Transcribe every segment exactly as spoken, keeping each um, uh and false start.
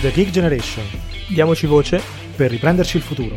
The Geek Generation. Diamoci voce per riprenderci il futuro.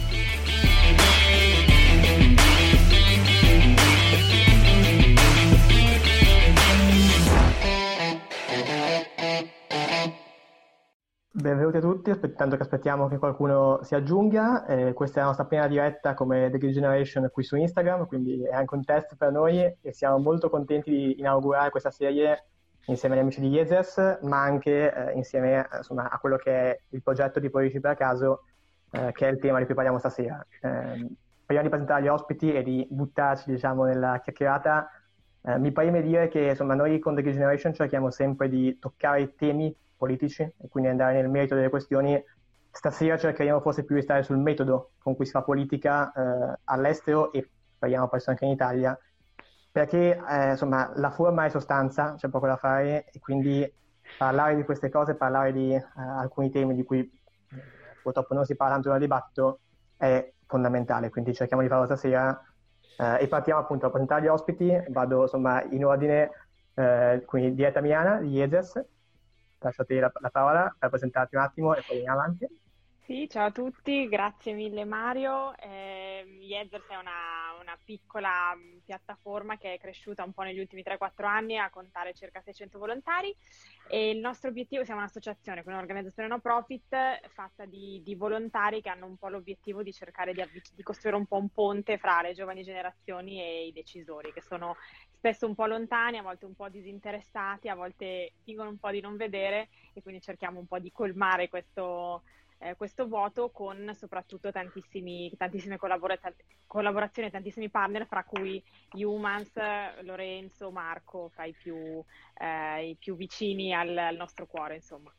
Benvenuti a tutti, aspettando che aspettiamo che qualcuno si aggiunga. Eh, questa è la nostra prima diretta come The Geek Generation qui su Instagram, quindi è anche un test per noi e siamo molto contenti di inaugurare questa serie insieme agli amici di Yezes, ma anche eh, insieme insomma, a quello che è il progetto di Politici per Caso, eh, che è il tema di cui parliamo stasera. Eh, prima di presentare gli ospiti e di buttarci diciamo, nella chiacchierata, eh, mi preme dire che insomma, noi con The Geek Generation cerchiamo sempre di toccare i temi politici e quindi andare nel merito delle questioni. Stasera cercheremo forse più di stare sul metodo con cui si fa politica eh, all'estero e speriamo presto anche in Italia, perché eh, insomma la forma è sostanza, c'è poco da fare e quindi parlare di queste cose, parlare di eh, alcuni temi di cui eh, purtroppo non si parla tanto nel dibattito è fondamentale, quindi cerchiamo di farlo stasera eh, e partiamo appunto a presentare gli ospiti. Vado insomma in ordine, eh, quindi Diretta Miana di Yezes. Lascio a te la, la parola per presentarti un attimo e poi andiamo avanti. Sì, ciao a tutti, grazie mille Mario. Eh, Yezers è una, una piccola piattaforma che è cresciuta un po' negli ultimi tre quattro anni a contare circa seicento volontari e il nostro obiettivo, siamo un'associazione, un'organizzazione no profit fatta di, di volontari che hanno un po' l'obiettivo di cercare di, avvic- di costruire un po' un ponte fra le giovani generazioni e i decisori, che sono spesso un po' lontani, a volte un po' disinteressati, a volte fingono un po' di non vedere e quindi cerchiamo un po' di colmare questo... Eh, questo vuoto con soprattutto tantissimi, tantissime collabora- collaborazioni, tantissimi partner, fra cui Humans, Lorenzo, Marco, fra i più, eh, i più vicini al, al nostro cuore, insomma.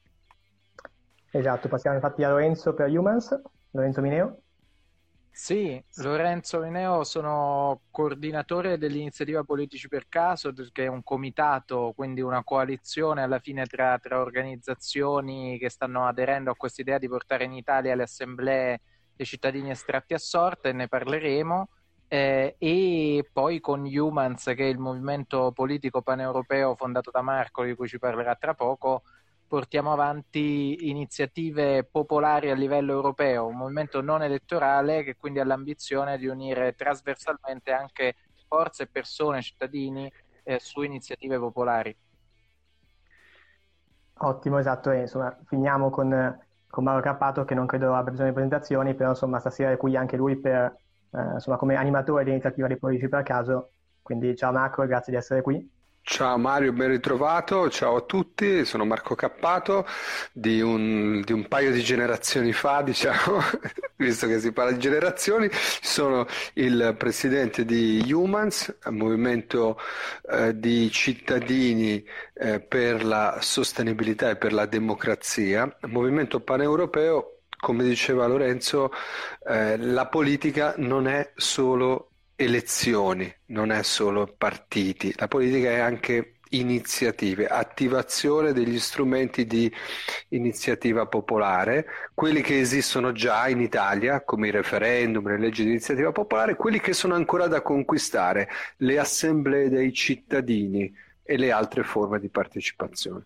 Esatto, passiamo infatti a Lorenzo per Humans. Lorenzo Mineo. Sì, Lorenzo Mineo, sono coordinatore dell'iniziativa Politici per Caso, che è un comitato, quindi una coalizione alla fine tra, tra organizzazioni che stanno aderendo a questa idea di portare in Italia le assemblee dei cittadini estratti a sorta, e ne parleremo, eh, e poi con Humans, che è il movimento politico paneuropeo fondato da Marco, di cui ci parlerà tra poco. Portiamo avanti iniziative popolari a livello europeo, un movimento non elettorale che quindi ha l'ambizione di unire trasversalmente anche forze e persone, cittadini, eh, su iniziative popolari. Ottimo, esatto, e insomma finiamo con, con Mauro Cappato, che non credo abbia bisogno di presentazioni, però insomma stasera è qui anche lui per, eh, insomma, come animatore dell'iniziativa dei Politici per Caso, quindi ciao Marco e grazie di essere qui. Ciao Mario, ben ritrovato, ciao a tutti, sono Marco Cappato, di un, di un paio di generazioni fa, diciamo, visto che si parla di generazioni, sono il presidente di Humans, un movimento eh, di cittadini eh, per la sostenibilità e per la democrazia, un movimento paneuropeo. Come diceva Lorenzo, eh, la politica non è solo elezioni, non è solo partiti, la politica è anche iniziative, attivazione degli strumenti di iniziativa popolare, quelli che esistono già in Italia, come i referendum, le leggi di iniziativa popolare, quelli che sono ancora da conquistare, le assemblee dei cittadini e le altre forme di partecipazione.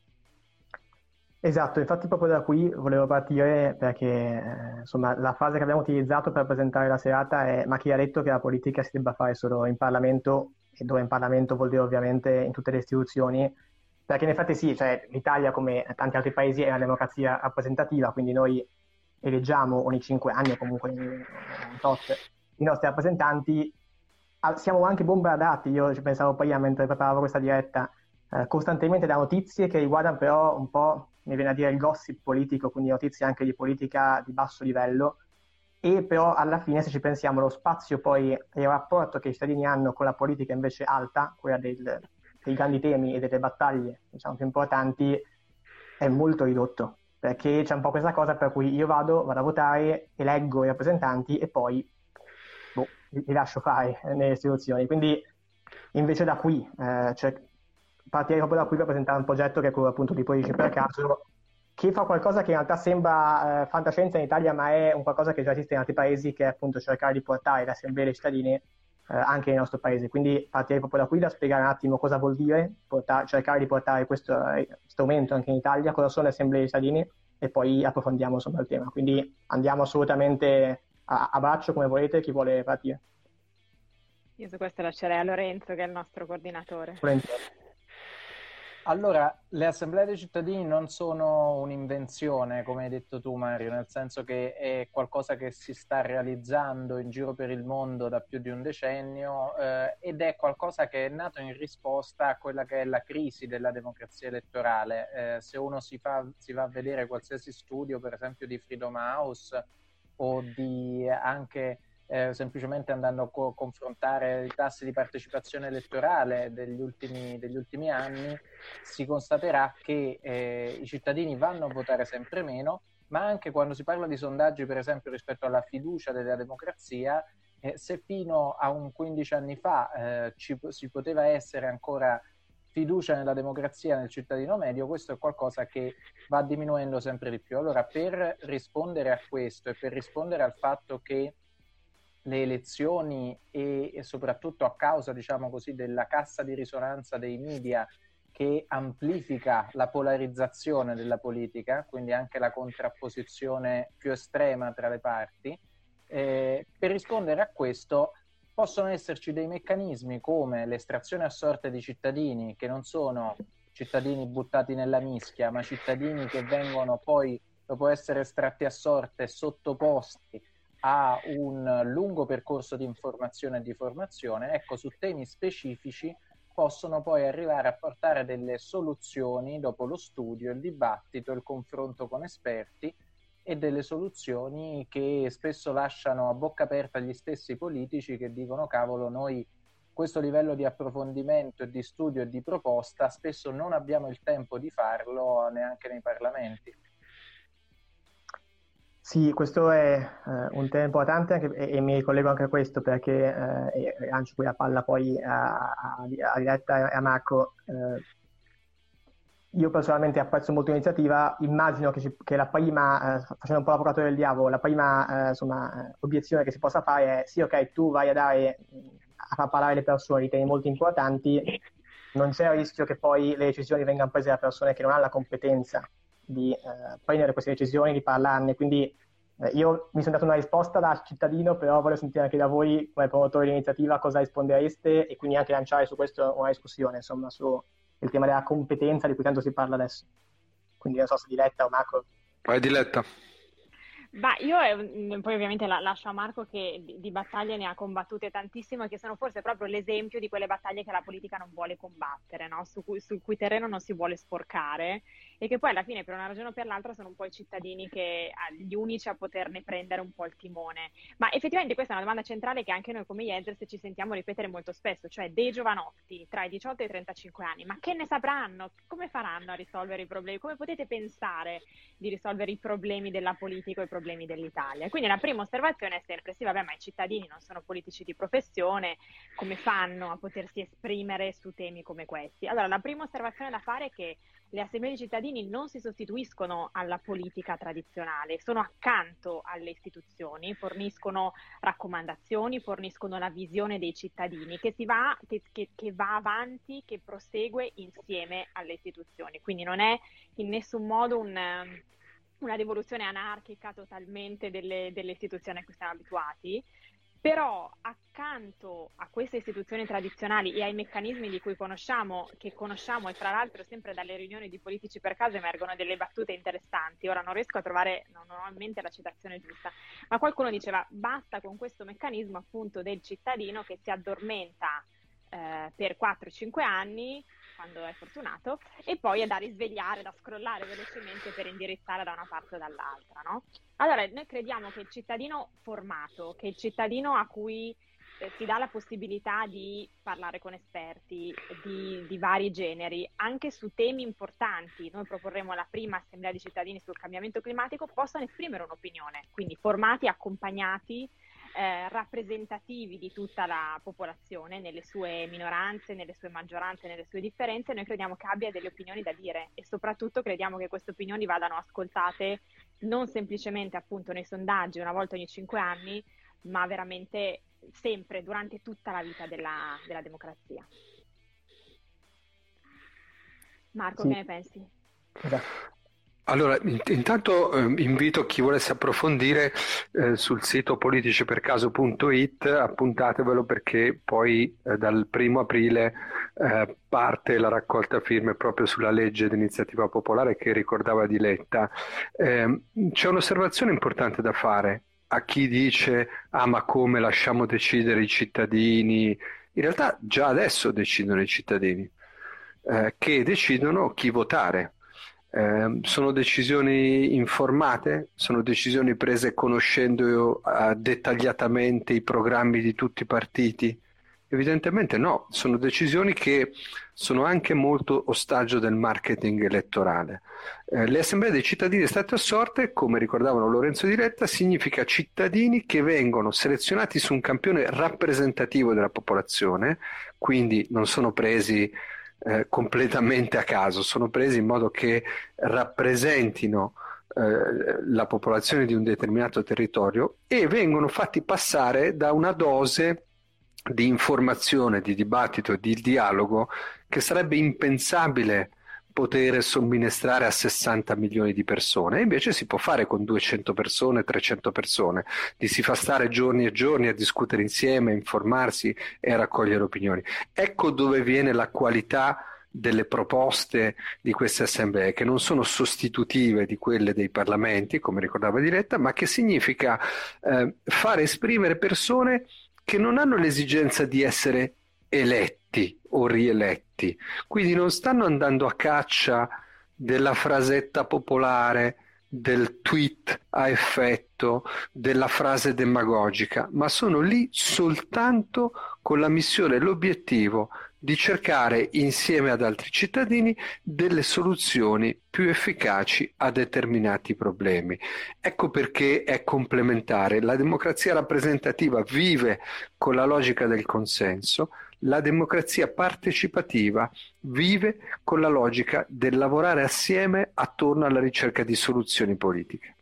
Esatto, infatti proprio da qui volevo partire perché eh, insomma la frase che abbiamo utilizzato per presentare la serata è: ma chi ha detto che la politica si debba fare solo in Parlamento, e dove in Parlamento vuol dire ovviamente in tutte le istituzioni, perché in effetti sì, cioè l'Italia come tanti altri paesi è una democrazia rappresentativa, quindi noi eleggiamo ogni cinque anni o comunque un tot i nostri rappresentanti, siamo anche bombardati, io ci pensavo prima mentre preparavo questa diretta, eh, costantemente da notizie che riguardano però un po', mi viene a dire, il gossip politico, quindi notizie anche di politica di basso livello, e però alla fine, se ci pensiamo, lo spazio poi e il rapporto che i cittadini hanno con la politica invece alta, quella del, dei grandi temi e delle battaglie diciamo più importanti, è molto ridotto, perché c'è un po' questa cosa per cui io vado, vado a votare, eleggo i rappresentanti e poi boh, li lascio fare nelle istituzioni, quindi invece da qui eh, cioè, partirei proprio da qui per presentare un progetto che è quello appunto di Politici per Caso, che fa qualcosa che in realtà sembra eh, fantascienza in Italia, ma è un qualcosa che già esiste in altri paesi, che è appunto cercare di portare le assemblee dei cittadini eh, anche nel nostro paese. Quindi partirei proprio da qui da spiegare un attimo cosa vuol dire portare, cercare di portare questo eh, strumento anche in Italia, cosa sono le assemblee dei cittadini e poi approfondiamo insomma il tema. Quindi andiamo assolutamente a, a braccio come volete, chi vuole partire. Io su questo lascerei a Lorenzo, che è il nostro coordinatore. Volentieri. Allora, le assemblee dei cittadini non sono un'invenzione, come hai detto tu Mario, nel senso che è qualcosa che si sta realizzando in giro per il mondo da più di un decennio eh, ed è qualcosa che è nato in risposta a quella che è la crisi della democrazia elettorale. Eh, se uno si, fa, si va a vedere qualsiasi studio, per esempio di Freedom House o di anche... Eh, semplicemente andando a co- confrontare i tassi di partecipazione elettorale degli ultimi, degli ultimi anni, si constaterà che eh, i cittadini vanno a votare sempre meno, ma anche quando si parla di sondaggi, per esempio, rispetto alla fiducia della democrazia, eh, se fino a un quindici anni fa eh, ci, si poteva essere ancora fiducia nella democrazia nel cittadino medio, questo è qualcosa che va diminuendo sempre di più. Allora, per rispondere a questo e per rispondere al fatto che le elezioni e, e soprattutto a causa, diciamo così, della cassa di risonanza dei media che amplifica la polarizzazione della politica, quindi anche la contrapposizione più estrema tra le parti, eh, per rispondere a questo possono esserci dei meccanismi come l'estrazione a sorte di cittadini che non sono cittadini buttati nella mischia, ma cittadini che vengono poi, dopo essere estratti a sorte, sottoposti a un lungo percorso di informazione e di formazione. Ecco, su temi specifici possono poi arrivare a portare delle soluzioni dopo lo studio, il dibattito, il confronto con esperti e delle soluzioni che spesso lasciano a bocca aperta gli stessi politici che dicono cavolo, noi questo livello di approfondimento e di studio e di proposta spesso non abbiamo il tempo di farlo neanche nei parlamenti. Sì, questo è eh, un tema importante anche, e, e mi ricollego anche a questo perché eh, e lancio qui la palla poi a, a, a Diletta e a Marco. Eh, io personalmente apprezzo molto l'iniziativa, immagino che, ci, che la prima, eh, facendo un po' l'avvocato del diavolo, la prima eh, insomma, obiezione che si possa fare è sì, ok, tu vai a dare a far parlare le persone, li temi molto importanti, non c'è il rischio che poi le decisioni vengano prese da persone che non hanno la competenza di eh, prendere queste decisioni, di parlarne, quindi eh, io mi sono dato una risposta da cittadino, però voglio sentire anche da voi come promotori dell'iniziativa cosa rispondereste e quindi anche lanciare su questo una discussione, insomma, su il tema della competenza di cui tanto si parla adesso. Quindi non so se Diletta o Marco. Vai Diletta. Bah, io eh, poi ovviamente la, lascio a Marco che di, di battaglie ne ha combattute tantissimo e che sono forse proprio l'esempio di quelle battaglie che la politica non vuole combattere, no? Su cui, sul cui terreno non si vuole sporcare e che poi alla fine per una ragione o per l'altra sono un po' i cittadini che gli unici a poterne prendere un po' il timone. Ma effettivamente questa è una domanda centrale che anche noi come Yezers ci sentiamo ripetere molto spesso, cioè dei giovanotti tra i diciotto e i trentacinque anni, ma che ne sapranno? Come faranno a risolvere i problemi? Come potete pensare di risolvere i problemi della politica o i problemi dell'Italia? Quindi la prima osservazione è sempre sì, vabbè, ma i cittadini non sono politici di professione, come fanno a potersi esprimere su temi come questi? Allora, la prima osservazione da fare è che le assemblee di cittadini non si sostituiscono alla politica tradizionale, sono accanto alle istituzioni, forniscono raccomandazioni, forniscono la visione dei cittadini che si va, che, che, che va avanti, che prosegue insieme alle istituzioni. Quindi non è in nessun modo un una rivoluzione anarchica totalmente delle, delle istituzioni a cui siamo abituati, però accanto a queste istituzioni tradizionali e ai meccanismi di cui conosciamo, che conosciamo e tra l'altro sempre dalle riunioni di politici per caso emergono delle battute interessanti, ora non riesco a trovare, non ho in mente la citazione giusta, ma qualcuno diceva basta con questo meccanismo appunto del cittadino che si addormenta eh, per quattro cinque anni, quando è fortunato, e poi è da risvegliare, da scrollare velocemente per indirizzare da una parte o dall'altra, no? Allora, noi crediamo che il cittadino formato, che il cittadino a cui eh, si dà la possibilità di parlare con esperti di, di vari generi, anche su temi importanti, noi proporremo la prima assemblea di cittadini sul cambiamento climatico, possano esprimere un'opinione, quindi formati, accompagnati, Eh, rappresentativi di tutta la popolazione nelle sue minoranze, nelle sue maggioranze, nelle sue differenze. Noi crediamo che abbia delle opinioni da dire e soprattutto crediamo che queste opinioni vadano ascoltate non semplicemente appunto nei sondaggi una volta ogni cinque anni, ma veramente sempre durante tutta la vita della, della democrazia. Marco, Sì. che ne pensi? Esatto. Allora, int- intanto eh, invito chi volesse approfondire eh, sul sito politicipercaso punto it, appuntatevelo perché poi eh, dal primo aprile eh, parte la raccolta firme proprio sulla legge d'iniziativa popolare che ricordava Diletta. Eh, c'è un'osservazione importante da fare a chi dice ah ma come lasciamo decidere i cittadini? In realtà già adesso decidono i cittadini eh, che decidono chi votare. Eh, sono decisioni informate? Sono decisioni prese conoscendo eh, dettagliatamente i programmi di tutti i partiti? Evidentemente no, sono decisioni che sono anche molto ostaggio del marketing elettorale. Eh, le assemblee dei cittadini state assorte, come ricordavano Lorenzo Di Letta, significa cittadini che vengono selezionati su un campione rappresentativo della popolazione, quindi non sono presi Eh, completamente a caso, sono presi in modo che rappresentino eh, la popolazione di un determinato territorio e vengono fatti passare da una dose di informazione, di dibattito e di dialogo che sarebbe impensabile poter somministrare a sessanta milioni di persone, e invece si può fare con duecento persone, trecento persone, li si fa stare giorni e giorni a discutere insieme, a informarsi e a raccogliere opinioni. Ecco dove viene la qualità delle proposte di queste assemblee, che non sono sostitutive di quelle dei parlamenti, come ricordava Diletta, ma che significa eh, fare esprimere persone che non hanno l'esigenza di essere eletti o rieletti, quindi non stanno andando a caccia della frasetta popolare, del tweet a effetto, della frase demagogica, ma sono lì soltanto con la missione e l'obiettivo di cercare insieme ad altri cittadini delle soluzioni più efficaci a determinati problemi. Ecco perché è complementare. La democrazia rappresentativa vive con la logica del consenso, la democrazia partecipativa vive con la logica del lavorare assieme attorno alla ricerca di soluzioni politiche.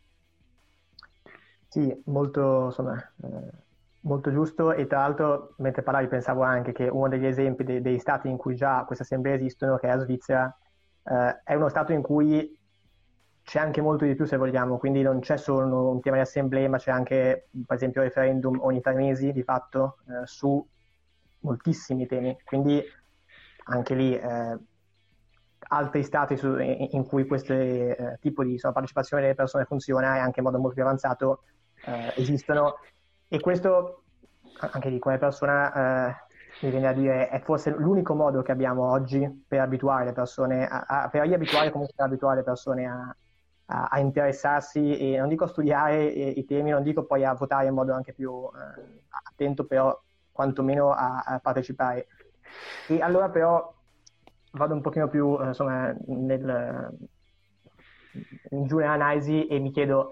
Sì, molto, insomma, eh, molto giusto, e tra l'altro mentre parlavi pensavo anche che uno degli esempi dei, dei stati in cui già queste assemblee esistono, che è la Svizzera, eh, è uno stato in cui c'è anche molto di più, se vogliamo, quindi non c'è solo un tema di assemblee, ma c'è anche per esempio referendum ogni tre mesi di fatto eh, su moltissimi temi, quindi anche lì eh, altri stati su, in, in cui questo eh, tipo di insomma, partecipazione delle persone funziona e anche in modo molto più avanzato eh, esistono, e questo anche lì come persona eh, mi viene a dire è forse l'unico modo che abbiamo oggi per abituare le persone a, a, per riabituare comunque per abituare le persone a, a, a interessarsi, e non dico a studiare i, i temi, non dico poi a votare in modo anche più eh, attento, però quantomeno a, a partecipare. E allora però vado un pochino più eh, insomma nel, in giù nell'analisi e mi chiedo,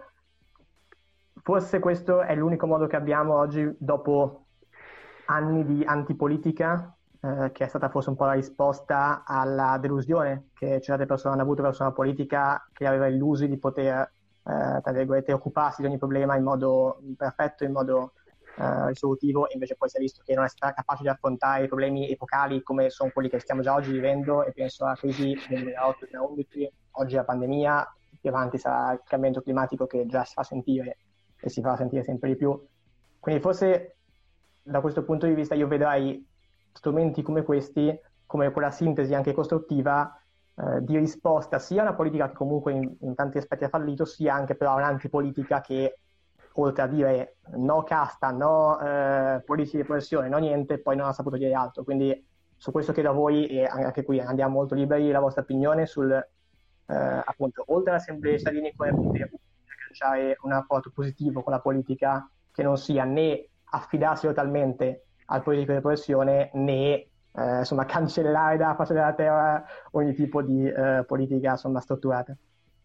forse questo è l'unico modo che abbiamo oggi dopo anni di antipolitica, eh, che è stata forse un po' la risposta alla delusione che certe persone hanno avuto verso una politica che aveva illusi di poter eh, tra virgolette occuparsi di ogni problema in modo perfetto, in modo Uh, risolutivo, e invece poi si è visto che non è stata capace di affrontare i problemi epocali come sono quelli che stiamo già oggi vivendo, e penso alla crisi del duemilaotto duemilaundici, oggi la pandemia, più avanti sarà il cambiamento climatico che già si fa sentire e si fa sentire sempre di più. Quindi forse da questo punto di vista io vedrei strumenti come questi come quella sintesi anche costruttiva eh, di risposta sia a una politica che comunque in, in tanti aspetti ha fallito, sia anche però a un'antipolitica che, oltre a dire no casta, no eh, politici di repressione, no niente, poi non ha saputo dire altro. Quindi su questo chiedo a voi, e anche qui andiamo molto liberi, la vostra opinione sul, eh, appunto, oltre all'assemblea dei cittadini, come poter agganciare un rapporto positivo con la politica che non sia né affidarsi totalmente al politico di repressione, né eh, insomma cancellare dalla faccia della terra ogni tipo di eh, politica insomma strutturata.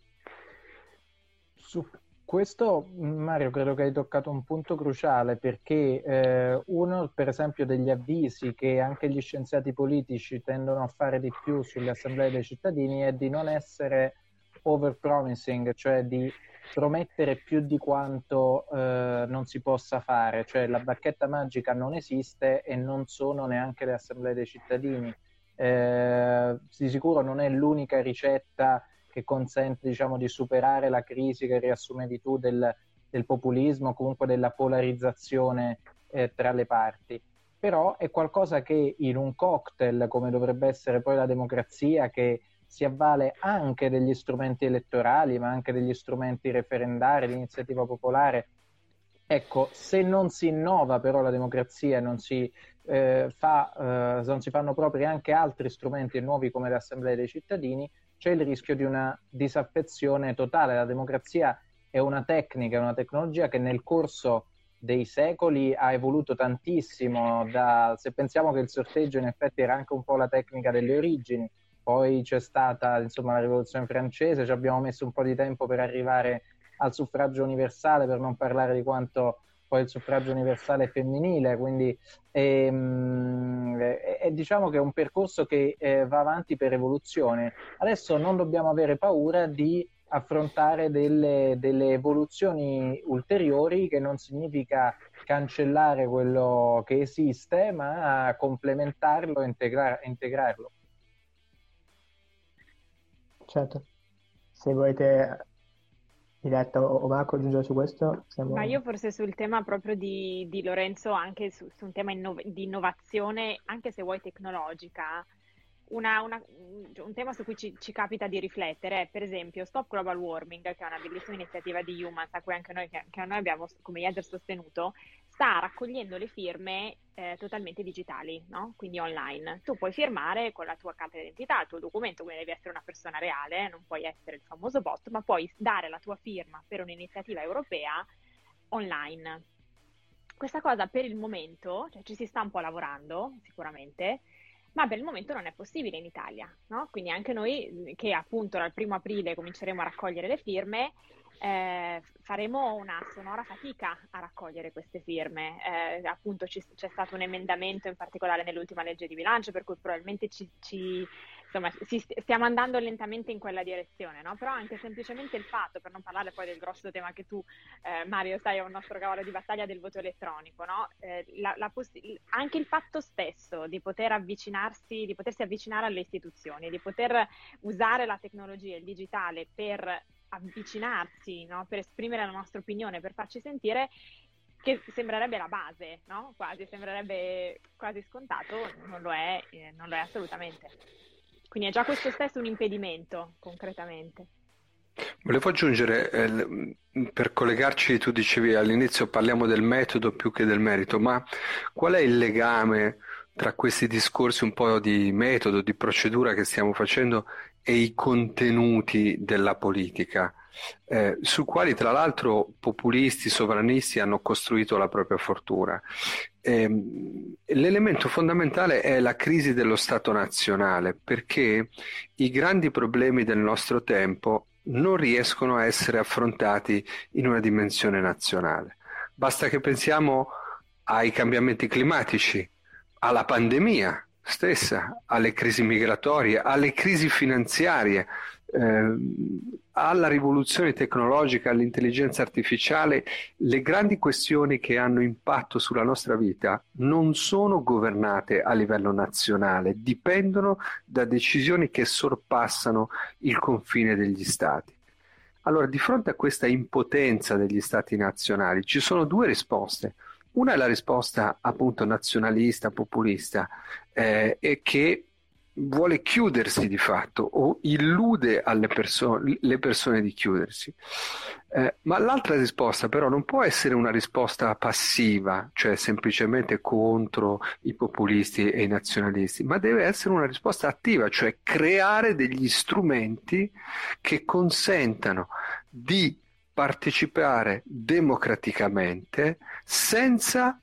Su questo, Mario, credo che hai toccato un punto cruciale, perché eh, uno, per esempio, degli avvisi che anche gli scienziati politici tendono a fare di più sulle assemblee dei cittadini è di non essere over-promising, cioè di promettere più di quanto eh, non si possa fare, cioè la bacchetta magica non esiste e non sono neanche le assemblee dei cittadini. Eh, di sicuro non è l'unica ricetta che consente, diciamo, di superare la crisi che riassumevi tu del, del populismo, comunque della polarizzazione eh, tra le parti. Però è qualcosa che in un cocktail, come dovrebbe essere poi la democrazia, che si avvale anche degli strumenti elettorali, ma anche degli strumenti referendari, l'iniziativa popolare. Ecco, se non si innova però la democrazia e non si, eh, fa, eh, non si fanno propri anche altri strumenti nuovi come le assemblee dei cittadini, c'è il rischio di una disaffezione totale. La democrazia è una tecnica, è una tecnologia che nel corso dei secoli ha evoluto tantissimo. Da, se pensiamo che il sorteggio in effetti era anche un po' la tecnica delle origini, poi c'è stata insomma la rivoluzione francese, ci abbiamo messo un po' di tempo per arrivare al suffragio universale, per non parlare di quanto poi il suffragio universale è femminile, quindi ehm, è, è, diciamo che è un percorso che eh, va avanti per evoluzione. Adesso non dobbiamo avere paura di affrontare delle, delle evoluzioni ulteriori, che non significa cancellare quello che esiste, ma complementarlo e integra- integrarlo. Certo, se volete Diletta o Marco aggiungere su questo? Siamo... Ma io forse sul tema proprio di, di Lorenzo, anche su, su un tema inno- di innovazione, anche se vuoi tecnologica, una, una, un tema su cui ci, ci capita di riflettere è per esempio Stop Global Warming, che è una bellissima iniziativa di Humans, a cui anche noi, che, che noi abbiamo come IEDER sostenuto, sta raccogliendo le firme eh, totalmente digitali, no? Quindi online. Tu puoi firmare con la tua carta d'identità, il tuo documento, quindi devi essere una persona reale, non puoi essere il famoso bot, ma puoi dare la tua firma per un'iniziativa europea online. Questa cosa per il momento, cioè ci si sta un po' lavorando sicuramente, ma per il momento non è possibile in Italia, no? Quindi anche noi che appunto dal primo aprile cominceremo a raccogliere le firme, eh, faremo una sonora fatica a raccogliere queste firme. Eh, appunto ci, c'è stato un emendamento in particolare nell'ultima legge di bilancio, per cui probabilmente ci, ci insomma, si, stiamo andando lentamente in quella direzione, no? Però anche semplicemente il fatto, per non parlare poi del grosso tema che tu, eh, Mario, sai, è un nostro cavallo di battaglia del voto elettronico, no? Eh, la, la possi- anche il fatto stesso di poter avvicinarsi, di potersi avvicinare alle istituzioni, di poter usare la tecnologia, il digitale per avvicinarsi, no? Per esprimere la nostra opinione, per farci sentire, che sembrerebbe la base, no? Quasi, sembrerebbe quasi scontato, non lo è, eh, non lo è assolutamente. Quindi è già questo stesso un impedimento, concretamente. Volevo aggiungere, eh, per collegarci, tu dicevi all'inizio parliamo del metodo più che del merito, ma qual è il legame tra questi discorsi un po' di metodo, di procedura che stiamo facendo e i contenuti della politica, eh, su quali tra l'altro populisti, sovranisti hanno costruito la propria fortuna? Eh, l'elemento fondamentale è la crisi dello Stato nazionale, perché i grandi problemi del nostro tempo non riescono a essere affrontati in una dimensione nazionale. Basta che pensiamo ai cambiamenti climatici, alla pandemia stessa, alle crisi migratorie, alle crisi finanziarie, eh, alla rivoluzione tecnologica, all'intelligenza artificiale. Le grandi questioni che hanno impatto sulla nostra vita non sono governate a livello nazionale, dipendono da decisioni che sorpassano il confine degli stati. Allora, di fronte a questa impotenza degli stati nazionali ci sono due risposte. Una è la risposta appunto nazionalista, populista, eh, e che vuole chiudersi di fatto o illude alle persone, le persone di chiudersi. Eh, ma l'altra risposta però non può essere una risposta passiva, cioè semplicemente contro i populisti e i nazionalisti, ma deve essere una risposta attiva, cioè creare degli strumenti che consentano di partecipare democraticamente senza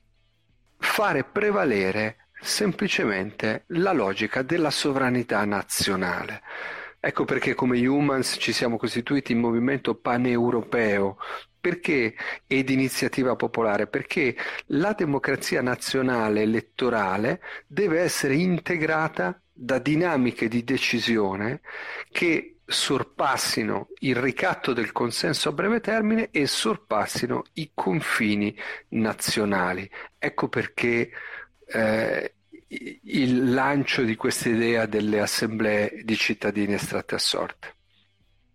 fare prevalere semplicemente la logica della sovranità nazionale. Ecco perché come Humans ci siamo costituiti in movimento paneuropeo, perché ed iniziativa popolare, perché la democrazia nazionale elettorale deve essere integrata da dinamiche di decisione che sorpassino il ricatto del consenso a breve termine e sorpassino i confini nazionali. Ecco perché eh, il lancio di questa idea delle assemblee di cittadini estratte a sorte.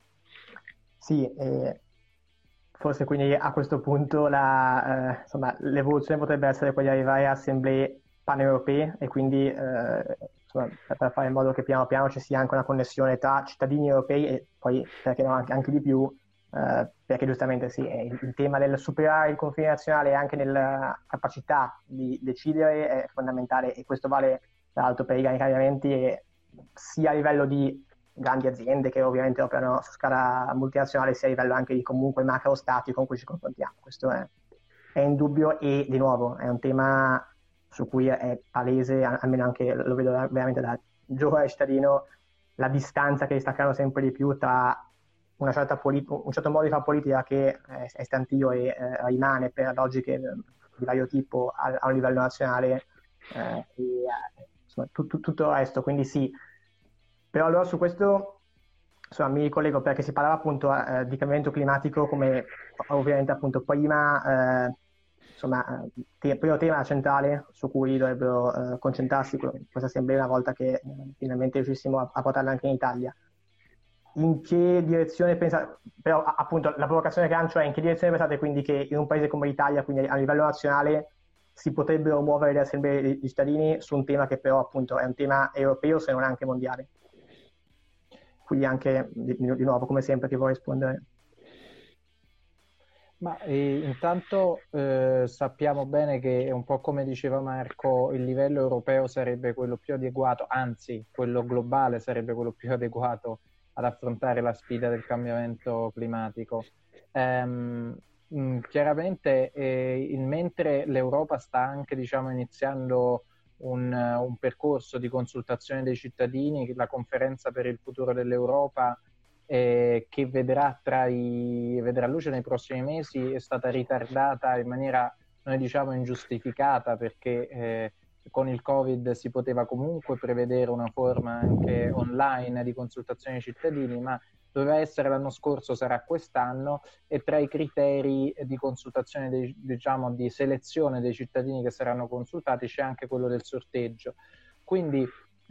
Sì, e forse quindi a questo punto la, eh, insomma, l'evoluzione potrebbe essere quella di arrivare a assemblee paneuropee e quindi eh, insomma, per, per fare in modo che piano piano ci sia anche una connessione tra cittadini europei e poi, perché no, anche, anche di più, eh, perché giustamente sì, è il, il tema del superare il confine nazionale anche nella capacità di decidere è fondamentale, e questo vale tra l'altro per i grandi cambiamenti, e sia a livello di grandi aziende che ovviamente operano su scala multinazionale, sia a livello anche di comunque macro stati con cui ci confrontiamo. Questo è, è indubbio, e di nuovo è un tema su cui è palese, almeno anche lo vedo veramente da giovane cittadino, la distanza che si sta creando sempre di più tra una certa polit- un certo modo di fare politica che è, è stantio e eh, rimane per logiche di vario tipo a, a un livello nazionale, eh, e eh, insomma, tu, tu, tutto il resto. Quindi sì, però allora su questo insomma, mi ricollego perché si parlava appunto eh, di cambiamento climatico come ovviamente appunto prima, eh, insomma, te- primo tema centrale su cui dovrebbero eh, concentrarsi questa assemblea una volta che eh, finalmente riuscissimo a, a portarla anche in Italia. In che direzione pensate, però a- appunto la provocazione che lancio è: in che direzione pensate quindi che in un paese come l'Italia, quindi a livello nazionale, si potrebbero muovere le assemblee dei cittadini su un tema che però appunto è un tema europeo se non anche mondiale? Quindi anche, di, di nuovo, come sempre, chi vuole rispondere? Ma eh, intanto eh, sappiamo bene che, un po' come diceva Marco, il livello europeo sarebbe quello più adeguato, anzi quello globale sarebbe quello più adeguato ad affrontare la sfida del cambiamento climatico. Ehm, mh, chiaramente eh, in, mentre l'Europa sta anche, diciamo, iniziando un, un percorso di consultazione dei cittadini, la conferenza per il futuro dell'Europa, Eh, che vedrà, tra i, vedrà luce nei prossimi mesi, è stata ritardata in maniera, noi diciamo, ingiustificata, perché eh, con il Covid si poteva comunque prevedere una forma anche online di consultazione dei cittadini, ma doveva essere l'anno scorso, sarà quest'anno, e tra i criteri di consultazione, dei, diciamo, di selezione dei cittadini che saranno consultati c'è anche quello del sorteggio. Quindi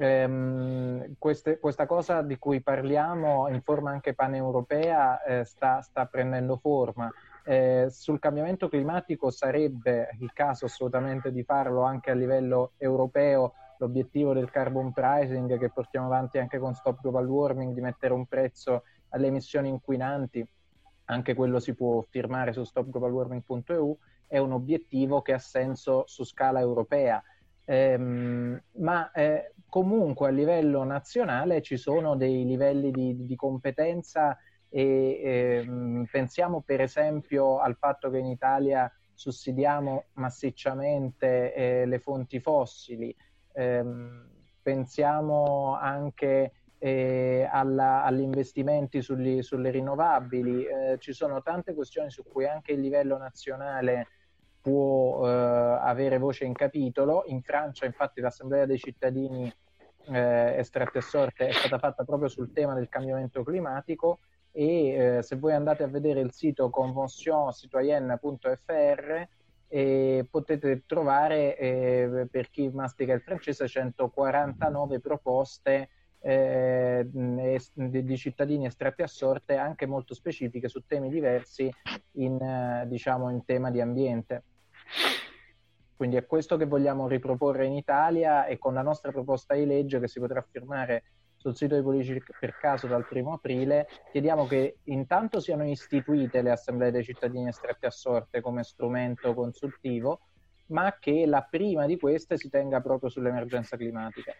Ehm, queste, questa cosa di cui parliamo in forma anche paneuropea eh, sta, sta prendendo forma. Eh, sul cambiamento climatico sarebbe il caso assolutamente di farlo anche a livello europeo. L'obiettivo del carbon pricing che portiamo avanti anche con Stop Global Warming, di mettere un prezzo alle emissioni inquinanti, anche quello si può firmare su stop global warming punto e u, è un obiettivo che ha senso su scala europea. Ehm, ma eh, comunque a livello nazionale ci sono dei livelli di, di competenza, e ehm, pensiamo per esempio al fatto che in Italia sussidiamo massicciamente eh, le fonti fossili, ehm, pensiamo anche eh, alla, agli investimenti sugli, sulle rinnovabili, eh, ci sono tante questioni su cui anche il livello nazionale può eh, avere voce in capitolo. In Francia, infatti, l'Assemblea dei cittadini eh, estratti a sorte è stata fatta proprio sul tema del cambiamento climatico, e eh, se voi andate a vedere il sito convention citoyenne punto f r eh, potete trovare, eh, per chi mastica il francese, centoquarantanove proposte eh, di, di cittadini estratti a sorte, anche molto specifiche su temi diversi in, eh, diciamo, in tema di ambiente. Quindi è questo che vogliamo riproporre in Italia, e con la nostra proposta di legge che si potrà firmare sul sito di Politici per Caso dal primo aprile, chiediamo che intanto siano istituite le assemblee dei cittadini estratti a sorte come strumento consultivo, ma che la prima di queste si tenga proprio sull'emergenza climatica.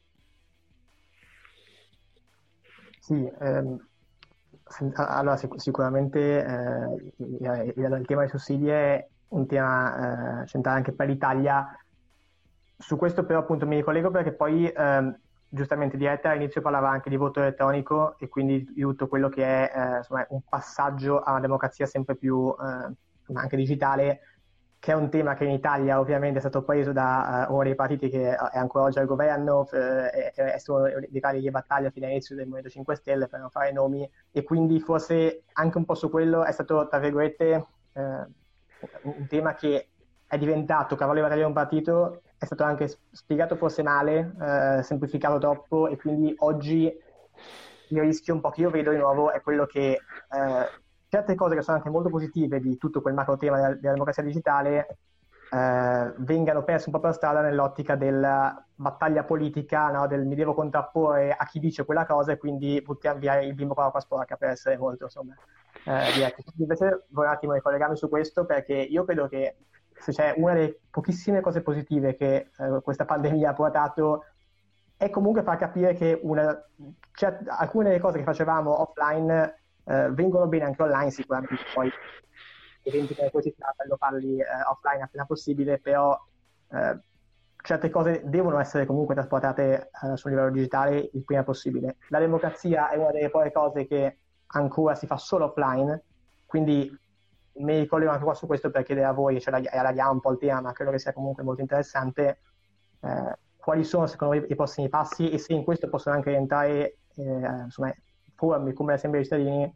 Sì, ehm, allora sic- sicuramente eh, il, il tema dei sussidi è un tema eh, centrale anche per l'Italia. Su questo però appunto mi ricollego perché poi ehm, giustamente Diretta all'inizio parlava anche di voto elettronico e quindi di tutto quello che è eh, insomma, un passaggio a una democrazia sempre più eh, anche digitale, che è un tema che in Italia ovviamente è stato preso da uh, uno dei partiti che è ancora oggi al governo, eh, è, è stato uno dei cavalli di battaglia fino all'inizio del Movimento cinque Stelle, per non fare nomi, e quindi forse anche un po' su quello è stato, tra virgolette, eh, un tema che è diventato cavallo di battaglia di un partito, è stato anche spiegato forse male, eh, semplificato troppo, e quindi oggi il rischio un po' che io vedo di nuovo è quello che eh, certe cose che sono anche molto positive di tutto quel macro tema della, della democrazia digitale eh, vengano perse un po' per strada nell'ottica della battaglia politica, no? Del mi devo contrapporre a chi dice quella cosa e quindi buttiamo via il bimbo con l'acqua sporca, per essere molto insomma eh, diretti. Invece vorrei un attimo ricollegarmi su questo, perché io credo che se c'è una delle pochissime cose positive che eh, questa pandemia ha portato è comunque far capire che una, cioè, alcune delle cose che facevamo offline eh, vengono bene anche online. Sicuramente poi eventi come questi lo parli eh, offline appena possibile, però eh, certe cose devono essere comunque trasportate eh, sul livello digitale il prima possibile. La democrazia è una delle poche cose che ancora si fa solo offline, quindi mi ricollego anche qua su questo per chiedere a voi, cioè allarghiamo un po' il tema, ma credo che sia comunque molto interessante, eh, quali sono secondo voi i prossimi passi e se in questo possono anche rientrare eh, insomma, forme come l'Assemblea dei cittadini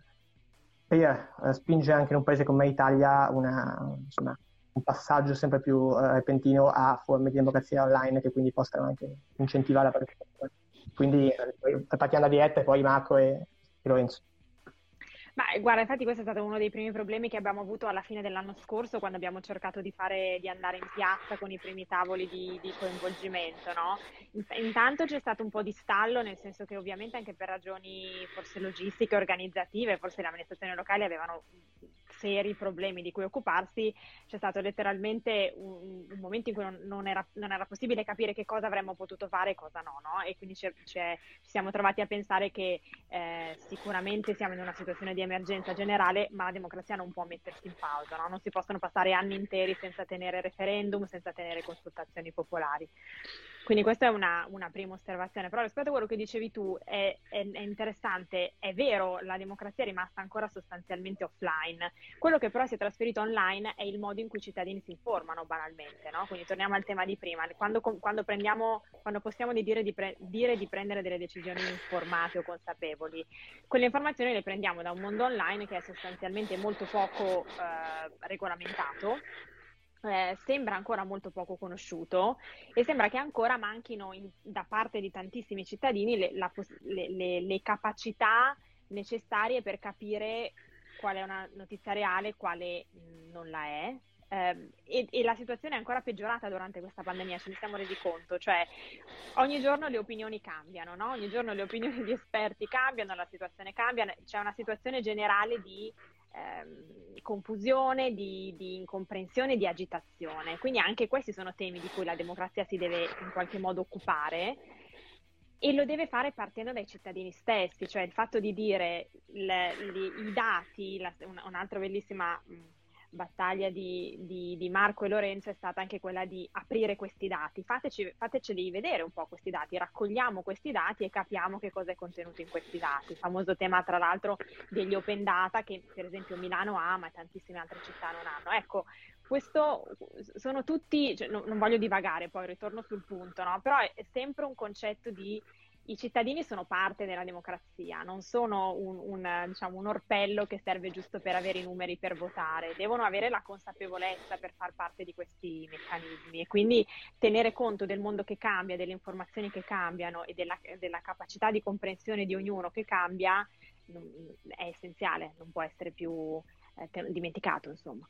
per eh, spingere anche in un paese come l'Italia una, insomma, un passaggio sempre più eh, repentino a forme di democrazia online che quindi possano anche incentivare la partecipazione. Quindi eh, partiamo da diretta e poi Marco e, e Lorenzo. Ma guarda, infatti questo è stato uno dei primi problemi che abbiamo avuto alla fine dell'anno scorso, quando abbiamo cercato di fare, di andare in piazza con i primi tavoli di, di coinvolgimento, no? Intanto c'è stato un po' di stallo, nel senso che ovviamente anche per ragioni forse logistiche, organizzative, forse le amministrazioni locali avevano seri problemi di cui occuparsi, c'è stato letteralmente un, un momento in cui non, non, era, non era possibile capire che cosa avremmo potuto fare e cosa no, no? E quindi c'è, c'è, ci siamo trovati a pensare che eh, sicuramente siamo in una situazione di emergenza generale, ma la democrazia non può mettersi in pausa, no? Non si possono passare anni interi senza tenere referendum, senza tenere consultazioni popolari. Quindi questa è una, una prima osservazione, però rispetto a quello che dicevi tu è, è, è interessante, è vero, la democrazia è rimasta ancora sostanzialmente offline, quello che però si è trasferito online è il modo in cui i cittadini si informano banalmente, no? Quindi torniamo al tema di prima, quando, quando, prendiamo, quando possiamo di dire, di pre, dire di prendere delle decisioni informate o consapevoli, quelle informazioni le prendiamo da un mondo online che è sostanzialmente molto poco eh, regolamentato. Eh, sembra ancora molto poco conosciuto e sembra che ancora manchino in, da parte di tantissimi cittadini le, la, le, le, le capacità necessarie per capire qual è una notizia reale e quale mh, non la è. Eh, e, e la situazione è ancora peggiorata durante questa pandemia, ce ne siamo resi conto, cioè ogni giorno le opinioni cambiano, no? Ogni giorno le opinioni di esperti cambiano, la situazione cambia, c'è una situazione generale di Ehm, confusione, di, di incomprensione, di agitazione. Quindi anche questi sono temi di cui la democrazia si deve in qualche modo occupare e lo deve fare partendo dai cittadini stessi, cioè il fatto di dire le, le, i dati, la, un, un'altra bellissima mh, battaglia di, di, di Marco e Lorenzo è stata anche quella di aprire questi dati, Fateci, fateceli vedere un po' questi dati, raccogliamo questi dati e capiamo che cosa è contenuto in questi dati, il famoso tema tra l'altro degli open data che per esempio Milano ha ma tantissime altre città non hanno. Ecco, questo sono tutti, cioè, non, non voglio divagare, poi ritorno sul punto, no? Però è, è sempre un concetto di i cittadini sono parte della democrazia, non sono un, un, diciamo, un orpello che serve giusto per avere i numeri per votare, devono avere la consapevolezza per far parte di questi meccanismi e quindi tenere conto del mondo che cambia, delle informazioni che cambiano e della, della capacità di comprensione di ognuno che cambia è essenziale, non può essere più eh, dimenticato, insomma.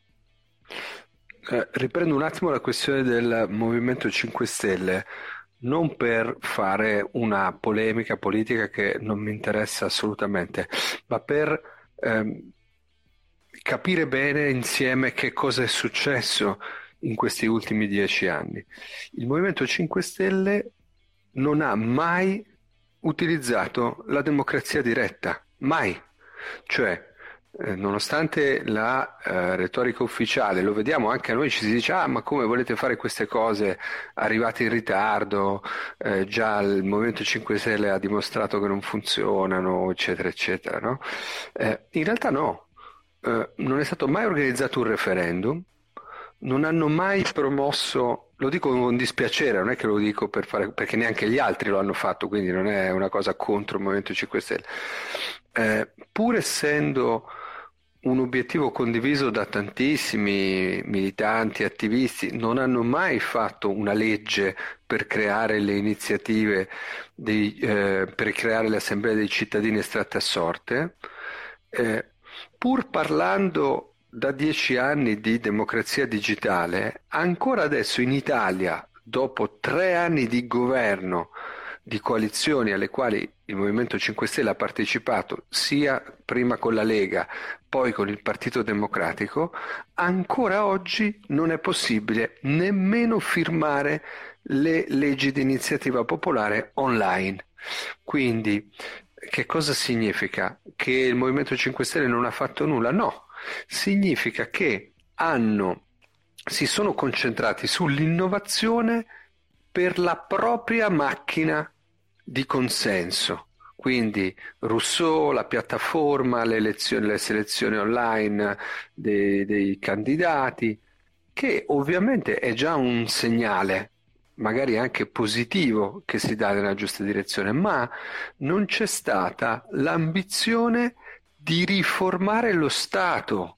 Eh, riprendo un attimo la questione del Movimento cinque Stelle. Non per fare una polemica politica che non mi interessa assolutamente, ma per ehm, capire bene insieme che cosa è successo in questi ultimi dieci anni. Il Movimento cinque Stelle non ha mai utilizzato la democrazia diretta, mai. Cioè, Eh, nonostante la eh, retorica ufficiale, lo vediamo anche a noi, ci si dice ah ma come volete fare queste cose arrivate in ritardo, eh, già il Movimento cinque Stelle ha dimostrato che non funzionano eccetera eccetera, no? Eh, in realtà no, eh, non è stato mai organizzato un referendum, non hanno mai promosso, lo dico con dispiacere, non è che lo dico per fare, perché neanche gli altri lo hanno fatto, quindi non è una cosa contro il Movimento cinque Stelle, eh, pur essendo un obiettivo condiviso da tantissimi militanti, attivisti. Non hanno mai fatto una legge per creare le iniziative, dei, eh, per creare le assemblee dei cittadini estratte a sorte, eh, pur parlando da dieci anni di democrazia digitale, ancora adesso in Italia, dopo tre anni di governo, di coalizioni alle quali il Movimento cinque Stelle ha partecipato, sia prima con la Lega, poi con il Partito Democratico, ancora oggi non è possibile nemmeno firmare le leggi di iniziativa popolare online. Quindi, che cosa significa? Che il Movimento cinque Stelle non ha fatto nulla? No, significa che hanno, si sono concentrati sull'innovazione per la propria macchina di consenso. Quindi Rousseau, la piattaforma, le, elezioni, le selezioni online dei, dei candidati, che ovviamente è già un segnale, magari anche positivo, che si dà nella giusta direzione, ma non c'è stata l'ambizione di riformare lo Stato.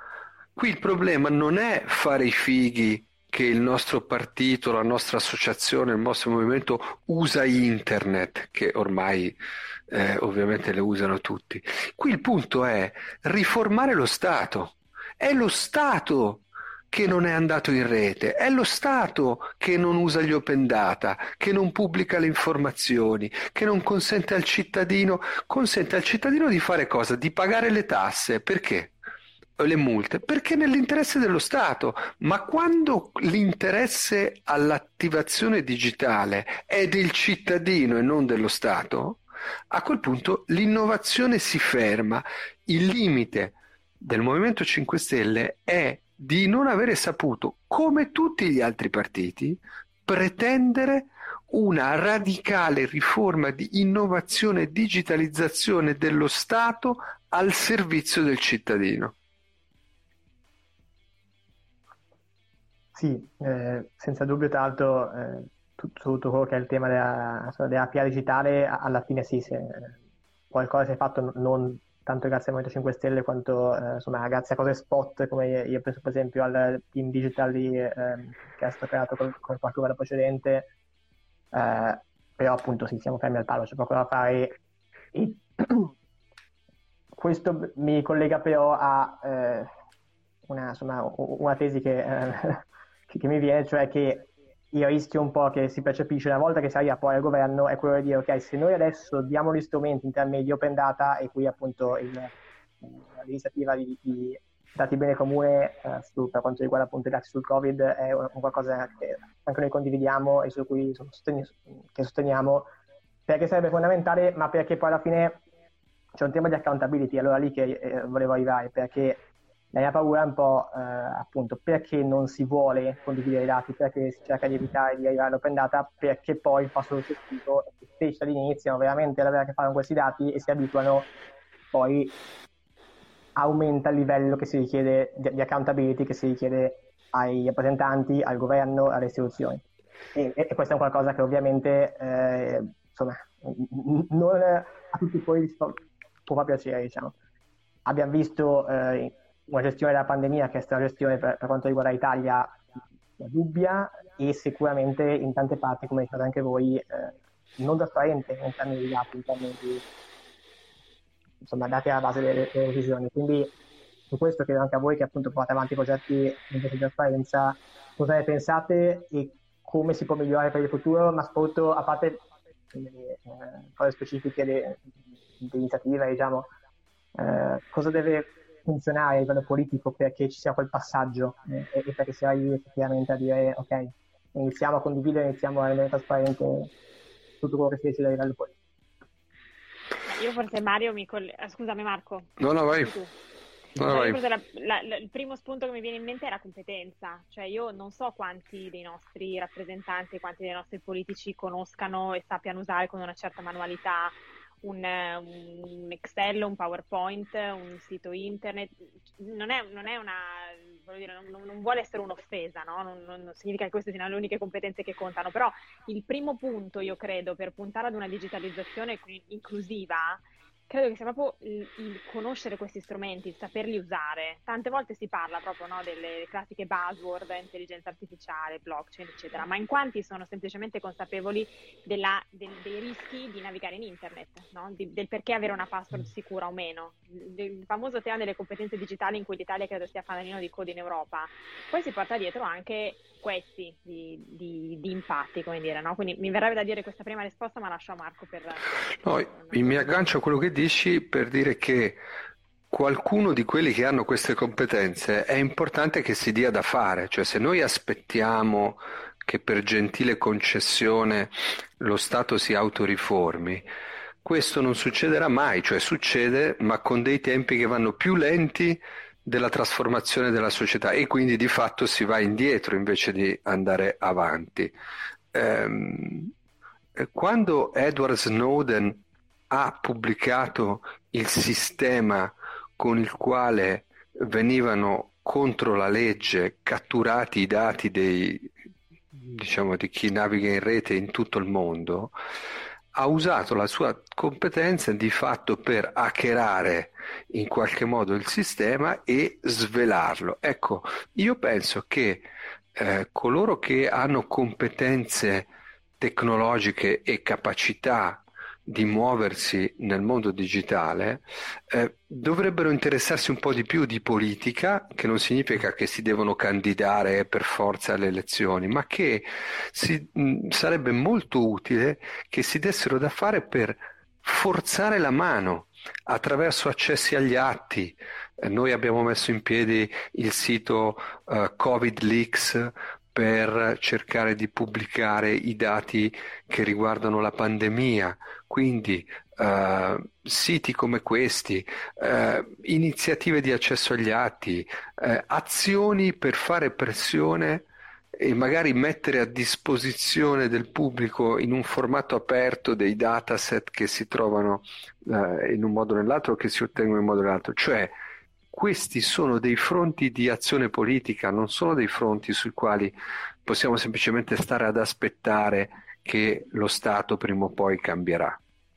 Qui il problema non è fare i fighi che il nostro partito, la nostra associazione, il nostro movimento usa internet, che ormai eh, ovviamente le usano tutti. Qui il punto è riformare lo Stato. È lo Stato che non è andato in rete, è lo Stato che non usa gli open data, che non pubblica le informazioni, che non consente al cittadino, consente al cittadino di fare cosa? Di pagare le tasse. Perché? Le multe, perché nell'interesse dello Stato. Ma quando l'interesse all'attivazione digitale è del cittadino e non dello Stato, a quel punto l'innovazione si ferma. Il limite del Movimento cinque Stelle è di non avere saputo, come tutti gli altri partiti, pretendere una radicale riforma di innovazione e digitalizzazione dello Stato al servizio del cittadino. Sì, eh, senza dubbio, tra l'altro, eh, tutto, tutto quello che è il tema della, insomma, della P A digitale, a- alla fine sì, se, eh, qualcosa si è fatto non tanto grazie al Movimento cinque Stelle quanto eh, insomma, grazie a cose spot, come io penso per esempio al team digital di, ehm, che è stato creato con, con qualche ora precedente, eh, però appunto sì, siamo fermi al palo, c'è poco da fare. E questo mi collega però a eh, una, insomma, una tesi che, eh, che, che mi viene, cioè che il rischio un po' che si percepisce una volta che si arriva poi al governo è quello di dire ok, se noi adesso diamo gli strumenti in termini di open data, e qui appunto il, l'iniziativa di, di dati bene comune eh, su, per quanto riguarda appunto i dati sul Covid è un, un qualcosa che anche noi condividiamo e su cui sosteni, che sosteniamo, perché sarebbe fondamentale, ma perché poi alla fine c'è un tema di accountability, allora lì che eh, volevo arrivare, perché la mia paura è un po' eh, appunto perché non si vuole condividere i dati, perché si cerca di evitare di arrivare all'open data, perché poi il passo successivo è che se i cittadini iniziano veramente ad avere a che fare con questi dati e si abituano, poi aumenta il livello che si richiede di, di accountability che si richiede ai rappresentanti, al governo, alle istituzioni. E, e questo è un qualcosa che ovviamente eh, insomma non a tutti poi può, può far piacere, diciamo. Abbiamo visto eh, una gestione della pandemia che è stata una gestione per, per quanto riguarda l'Italia dubbia e sicuramente in tante parti, come dicevate anche voi, eh, non trasparente in termini di dati, in termini di insomma dati alla base delle, delle decisioni. Quindi su questo chiedo anche a voi che appunto portate avanti progetti di trasparenza, cosa ne pensate e come si può migliorare per il futuro, ma soprattutto a parte eh, cose specifiche di, di iniziativa, diciamo, eh, cosa deve funzionare a livello politico perché ci sia quel passaggio eh, e perché si arrivi effettivamente a dire ok, iniziamo a condividere, iniziamo a rendere trasparente tutto quello che si decide a livello politico. Io forse Mario mi coll- ah, scusami Marco. No, no, vai. Tu. No, Cioè, vai. io forse la, la, la, il primo spunto che mi viene in mente è la competenza, cioè io non so quanti dei nostri rappresentanti, quanti dei nostri politici conoscano e sappiano usare con una certa manualità un, un Excel, un PowerPoint, un sito internet. Non è, non è una, voglio dire, non, non vuole essere un'offesa, no? Non, non significa che queste siano le uniche competenze che contano, però il primo punto, io credo, per puntare ad una digitalizzazione inclusiva, credo che sia proprio il, il conoscere questi strumenti, il saperli usare. Tante volte si parla proprio, no, delle classiche buzzword, intelligenza artificiale, blockchain, eccetera, ma in quanti sono semplicemente consapevoli della, del, dei rischi di navigare in internet, no? Di, del perché avere una password sicura o meno. Il, il famoso tema delle competenze digitali, in cui l'Italia credo sia fanalino di coda in Europa, poi si porta dietro anche questi di, di, di impatti, come dire, no? Quindi mi verrebbe da dire questa prima risposta, ma lascio a Marco per... No, mi aggancio a quello che dici per dire che qualcuno di quelli che hanno queste competenze è importante che si dia da fare, cioè se noi aspettiamo che per gentile concessione lo Stato si autoriformi, questo non succederà mai, cioè succede ma con dei tempi che vanno più lenti della trasformazione della società e quindi di fatto si va indietro invece di andare avanti. Ehm, quando Edward Snowden ha pubblicato il sistema con il quale venivano contro la legge catturati i dati dei, diciamo, di chi naviga in rete in tutto il mondo, ha usato la sua competenza di fatto per hackerare in qualche modo il sistema e svelarlo. Ecco, io penso che eh, coloro che hanno competenze tecnologiche e capacità di muoversi nel mondo digitale eh, dovrebbero interessarsi un po' di più di politica, che non significa che si devono candidare per forza alle elezioni, ma che si, mh, sarebbe molto utile che si dessero da fare per forzare la mano attraverso accessi agli atti. Eh, noi abbiamo messo in piedi il sito uh, Covid Leaks per cercare di pubblicare i dati che riguardano la pandemia, quindi uh, siti come questi, uh, iniziative di accesso agli atti, uh, azioni per fare pressione e magari mettere a disposizione del pubblico in un formato aperto dei dataset che si trovano uh, in un modo o nell'altro o che si ottengono in un modo o nell'altro, cioè questi sono dei fronti di azione politica, non sono dei fronti sui quali possiamo semplicemente stare ad aspettare che lo Stato prima o poi cambierà.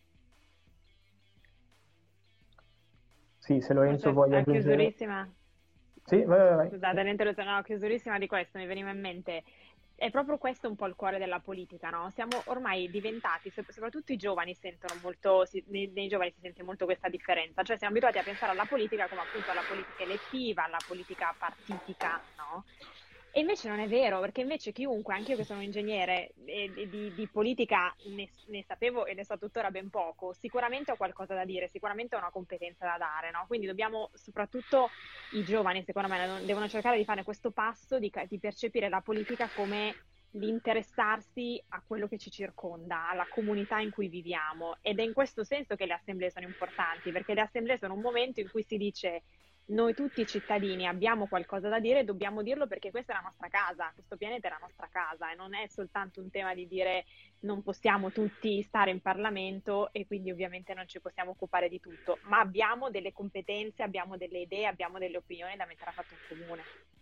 Sì, se Lorenzo vuole aggiungere... Chiusurissima. Sì, vai, vai, vai. Scusate, l'interruzione, no, chiusurissima di questo, mi veniva in mente. È proprio questo un po' il cuore della politica, no? Siamo ormai diventati, soprattutto i giovani sentono molto, si, nei, nei giovani si sente molto questa differenza, cioè siamo abituati a pensare alla politica come appunto alla politica elettiva, alla politica partitica, no? E invece non è vero, perché invece chiunque, anche io che sono un ingegnere e, e di, di politica ne, ne sapevo e ne so tuttora ben poco, sicuramente ho qualcosa da dire, sicuramente ho una competenza da dare, no? Quindi dobbiamo, soprattutto i giovani, secondo me, devono cercare di fare questo passo, di, di percepire la politica come l'interessarsi a quello che ci circonda, alla comunità in cui viviamo, ed è in questo senso che le assemblee sono importanti, perché le assemblee sono un momento in cui si dice: noi tutti cittadini abbiamo qualcosa da dire e dobbiamo dirlo perché questa è la nostra casa, questo pianeta è la nostra casa, e non è soltanto un tema di dire non possiamo tutti stare in Parlamento e quindi ovviamente non ci possiamo occupare di tutto, ma abbiamo delle competenze, abbiamo delle idee, abbiamo delle opinioni da mettere a fatto in comune.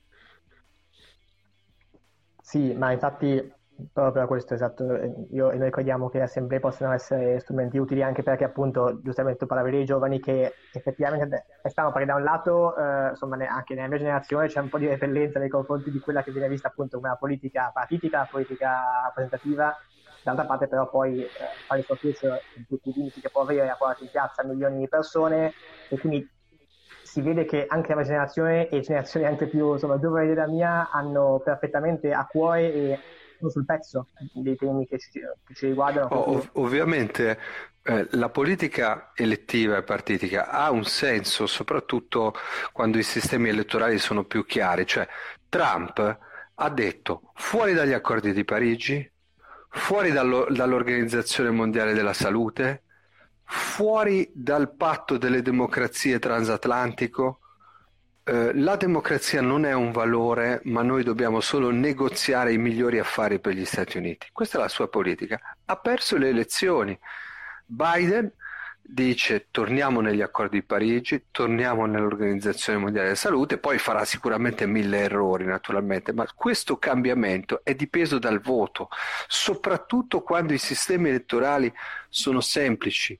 Sì, ma infatti proprio per questo, esatto, io, noi crediamo che le assemblee possano essere strumenti utili anche perché appunto giustamente tu parlavi dei giovani che effettivamente stanno, perché da un lato eh, insomma anche nella mia generazione c'è un po' di repellenza nei confronti di quella che viene vista appunto come la politica partitica, la politica rappresentativa, d'altra parte però poi eh, fare il suo crescere in tutti i limiti che può avere, ha portato in piazza milioni di persone e quindi si vede che anche la mia generazione e generazioni anche più insomma giovani della mia hanno perfettamente a cuore e sul pezzo dei temi che ci, che ci riguardano. Ov- ovviamente eh, la politica elettiva e partitica ha un senso soprattutto quando i sistemi elettorali sono più chiari, cioè Trump ha detto fuori dagli accordi di Parigi, fuori dallo, dall'Organizzazione Mondiale della Salute, fuori dal patto delle democrazie transatlantico. Uh, la democrazia non è un valore, ma noi dobbiamo solo negoziare i migliori affari per gli Stati Uniti. Questa è la sua politica. Ha perso le elezioni. Biden dice torniamo negli accordi di Parigi, torniamo nell'Organizzazione Mondiale della Salute, poi farà sicuramente mille errori naturalmente, ma questo cambiamento è dipeso dal voto, soprattutto quando i sistemi elettorali sono semplici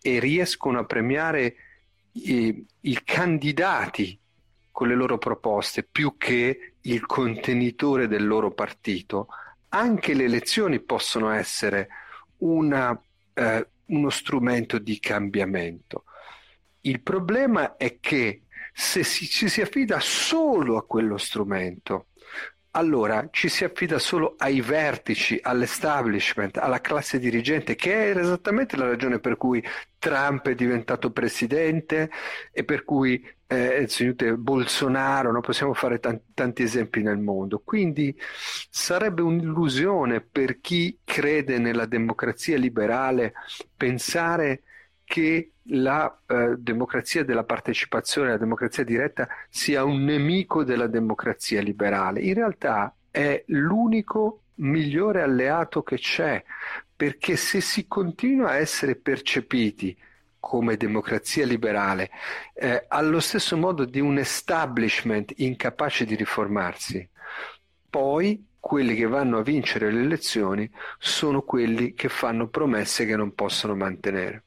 e riescono a premiare i, i candidati con le loro proposte più che il contenitore del loro partito, anche le elezioni possono essere una, eh, uno strumento di cambiamento. Il problema è che se si, ci si affida solo a quello strumento, allora ci si affida solo ai vertici, all'establishment, alla classe dirigente, che è esattamente la ragione per cui Trump è diventato presidente e per cui eh, Bolsonaro, no? Possiamo fare tanti, tanti esempi nel mondo. Quindi sarebbe un'illusione per chi crede nella democrazia liberale pensare che la eh, democrazia della partecipazione, la democrazia diretta sia un nemico della democrazia liberale. In realtà è l'unico migliore alleato che c'è, perché se si continua a essere percepiti come democrazia liberale eh, allo stesso modo di un establishment incapace di riformarsi, poi quelli che vanno a vincere le elezioni sono quelli che fanno promesse che non possono mantenere.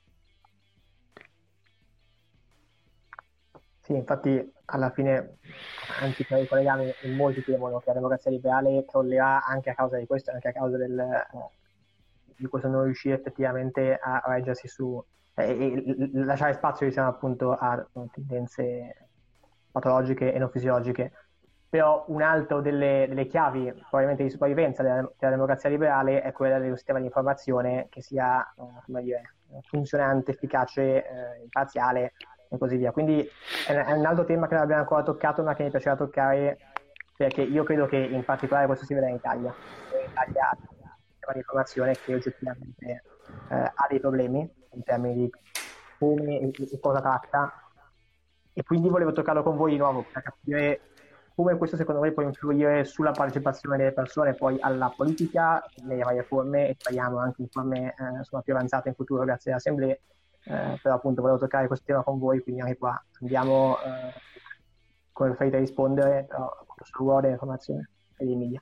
Sì, infatti alla fine, anche tra i colleghi, in molti temono che la democrazia liberale crollerà anche a causa di questo, anche a causa del, eh, di questo non riuscire effettivamente a reggersi su eh, e lasciare spazio, diciamo, appunto a tendenze patologiche e non fisiologiche. Però un altro delle, delle chiavi probabilmente di sopravvivenza della, della democrazia liberale è quella di un sistema di informazione che sia eh, come dire, funzionante, efficace, eh, imparziale e così via. Quindi è, è un altro tema che non abbiamo ancora toccato, ma che mi piacerà toccare, perché io credo che in particolare questo si veda in Italia. In Italia ha un sistema di informazione che oggettivamente eh, ha dei problemi in termini di come e, e cosa tratta, e quindi volevo toccarlo con voi di nuovo per capire come questo secondo voi può influire sulla partecipazione delle persone poi alla politica nelle varie forme, e speriamo anche in forme eh, insomma, più avanzate in futuro grazie alle assemblee. Eh, però appunto volevo toccare questo tema con voi, quindi anche qua andiamo eh, come preferite a rispondere, però appunto sul ruolo dell'informazione e dei media.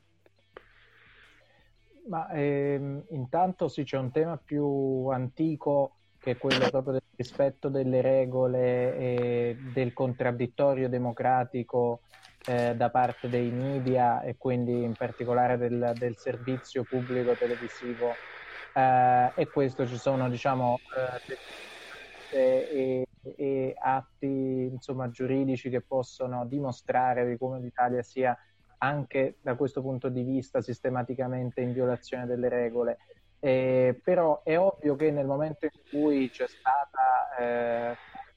Ma ehm, intanto sì, c'è un tema più antico che è quello proprio del rispetto delle regole e del contraddittorio democratico eh, da parte dei media, e quindi in particolare del, del servizio pubblico televisivo. Uh, e questo ci sono, diciamo, uh, e, e atti, insomma, giuridici che possono dimostrare di come l'Italia sia anche da questo punto di vista sistematicamente in violazione delle regole. Eh, però è ovvio che nel momento in cui c'è stata eh,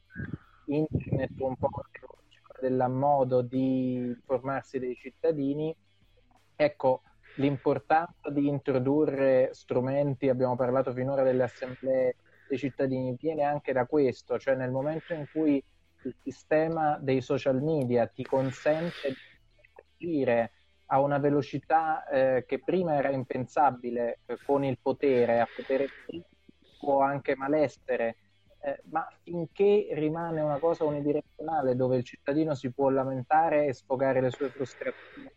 internet un po' del modo di informarsi dei cittadini, ecco, l'importanza di introdurre strumenti, abbiamo parlato finora delle assemblee dei cittadini, viene anche da questo, cioè nel momento in cui il sistema dei social media ti consente di agire a una velocità eh, che prima era impensabile eh, con il potere, a potere o anche malessere, eh, ma finché rimane una cosa unidirezionale dove il cittadino si può lamentare e sfogare le sue frustrazioni,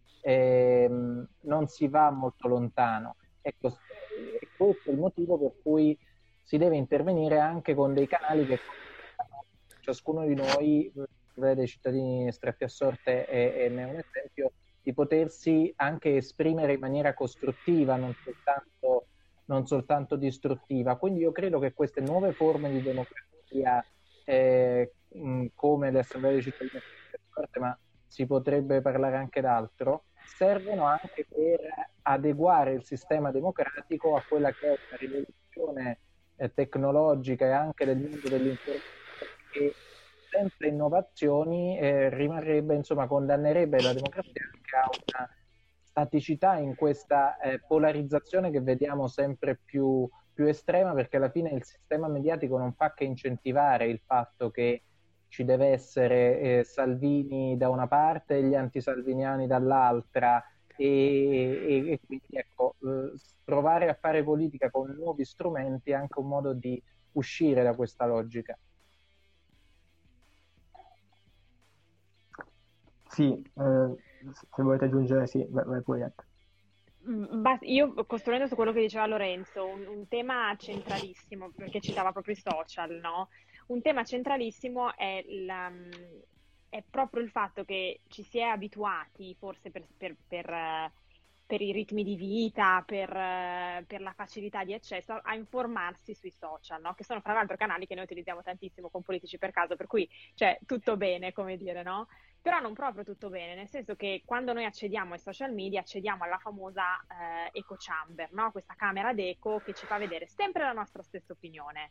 Eh, non si va molto lontano. Ecco, e questo è il motivo per cui si deve intervenire anche con dei canali che ciascuno di noi, dei cittadini stretti a sorte e, e ne è un esempio, di potersi anche esprimere in maniera costruttiva, non soltanto, non soltanto distruttiva. Quindi io credo che queste nuove forme di democrazia, eh, come le assemblee dei cittadini stretti a sorte, ma si potrebbe parlare anche d'altro, servono anche per adeguare il sistema democratico a quella che è una rivoluzione eh, tecnologica e anche del mondo dell'informazione che senza innovazioni eh, rimarrebbe, insomma, condannerebbe la democrazia anche a una staticità in questa eh, polarizzazione che vediamo sempre più, più estrema, perché alla fine il sistema mediatico non fa che incentivare il fatto che ci deve essere eh, Salvini da una parte e gli antisalviniani dall'altra, e, e, e quindi ecco, eh, provare a fare politica con nuovi strumenti è anche un modo di uscire da questa logica. Sì, eh, se volete aggiungere, sì, vai pure. Io, costruendo su quello che diceva Lorenzo, un, un tema centralissimo, perché citava proprio i social, no? Un tema centralissimo è, la, è proprio il fatto che ci si è abituati, forse per, per, per, per i ritmi di vita, per, per la facilità di accesso, a informarsi sui social, no? Che sono fra l'altro canali che noi utilizziamo tantissimo con Politici per Caso, per cui cioè, tutto bene, come dire, no? Però non proprio tutto bene, nel senso che quando noi accediamo ai social media accediamo alla famosa eh, echo chamber, no? Questa camera d'eco che ci fa vedere sempre la nostra stessa opinione.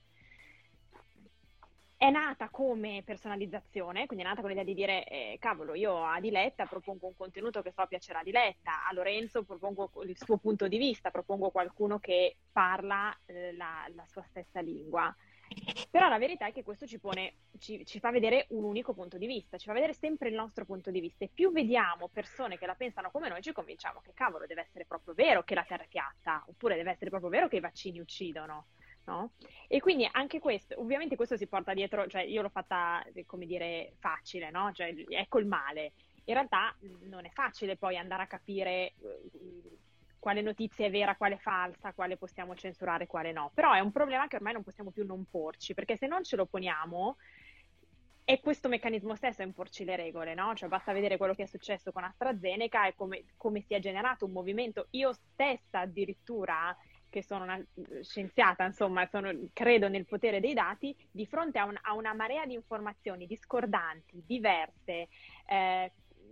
È nata come personalizzazione, quindi è nata con l'idea di dire eh, cavolo, io a Diletta propongo un contenuto che so piacerà a Diletta, a Lorenzo propongo il suo punto di vista, propongo qualcuno che parla eh, la, la sua stessa lingua. Però la verità è che questo ci pone, ci, ci fa vedere un unico punto di vista, ci fa vedere sempre il nostro punto di vista, e più vediamo persone che la pensano come noi ci convinciamo che cavolo deve essere proprio vero che la terra è piatta, oppure deve essere proprio vero che i vaccini uccidono, no? E quindi anche questo, ovviamente questo si porta dietro, cioè io l'ho fatta come dire facile, no? Cioè ecco il male, in realtà non è facile poi andare a capire quale notizia è vera, quale è falsa, quale possiamo censurare, quale no. Però è un problema che ormai non possiamo più non porci, perché se non ce lo poniamo, è questo meccanismo stesso a imporci le regole, no? Cioè basta vedere quello che è successo con AstraZeneca e come, come si è generato un movimento. Io stessa addirittura, che sono una scienziata, insomma, sono, credo nel potere dei dati, di fronte a, un, a una marea di informazioni discordanti, diverse, eh,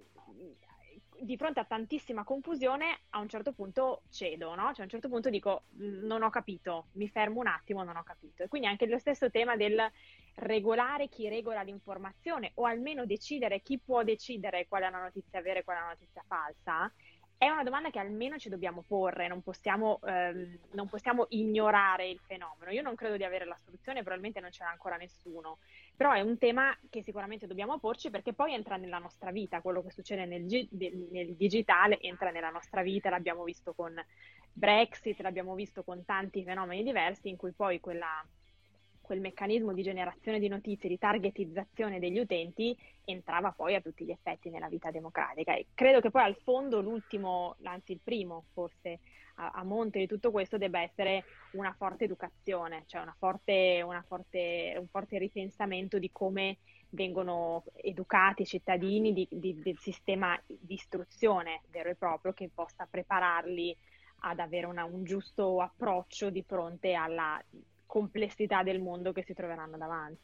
di fronte a tantissima confusione, a un certo punto cedo, no? Cioè a un certo punto dico non ho capito, mi fermo un attimo, non ho capito. E quindi anche lo stesso tema del regolare chi regola l'informazione, o almeno decidere chi può decidere qual è una notizia vera e qual è una notizia falsa, è una domanda che almeno ci dobbiamo porre, non possiamo, ehm, non possiamo ignorare il fenomeno. Io non credo di avere la soluzione, probabilmente non ce l'ha ancora nessuno, però è un tema che sicuramente dobbiamo porci, perché poi entra nella nostra vita, quello che succede nel, nel digitale entra nella nostra vita, l'abbiamo visto con Brexit, l'abbiamo visto con tanti fenomeni diversi in cui poi quella... quel meccanismo di generazione di notizie, di targetizzazione degli utenti entrava poi a tutti gli effetti nella vita democratica. E credo che poi al fondo l'ultimo, anzi il primo forse a, a monte di tutto questo debba essere una forte educazione, cioè una forte, una forte, un forte ripensamento di come vengono educati i cittadini, di, di, del sistema di istruzione vero e proprio che possa prepararli ad avere una, un giusto approccio di fronte alla complessità del mondo che si troveranno davanti.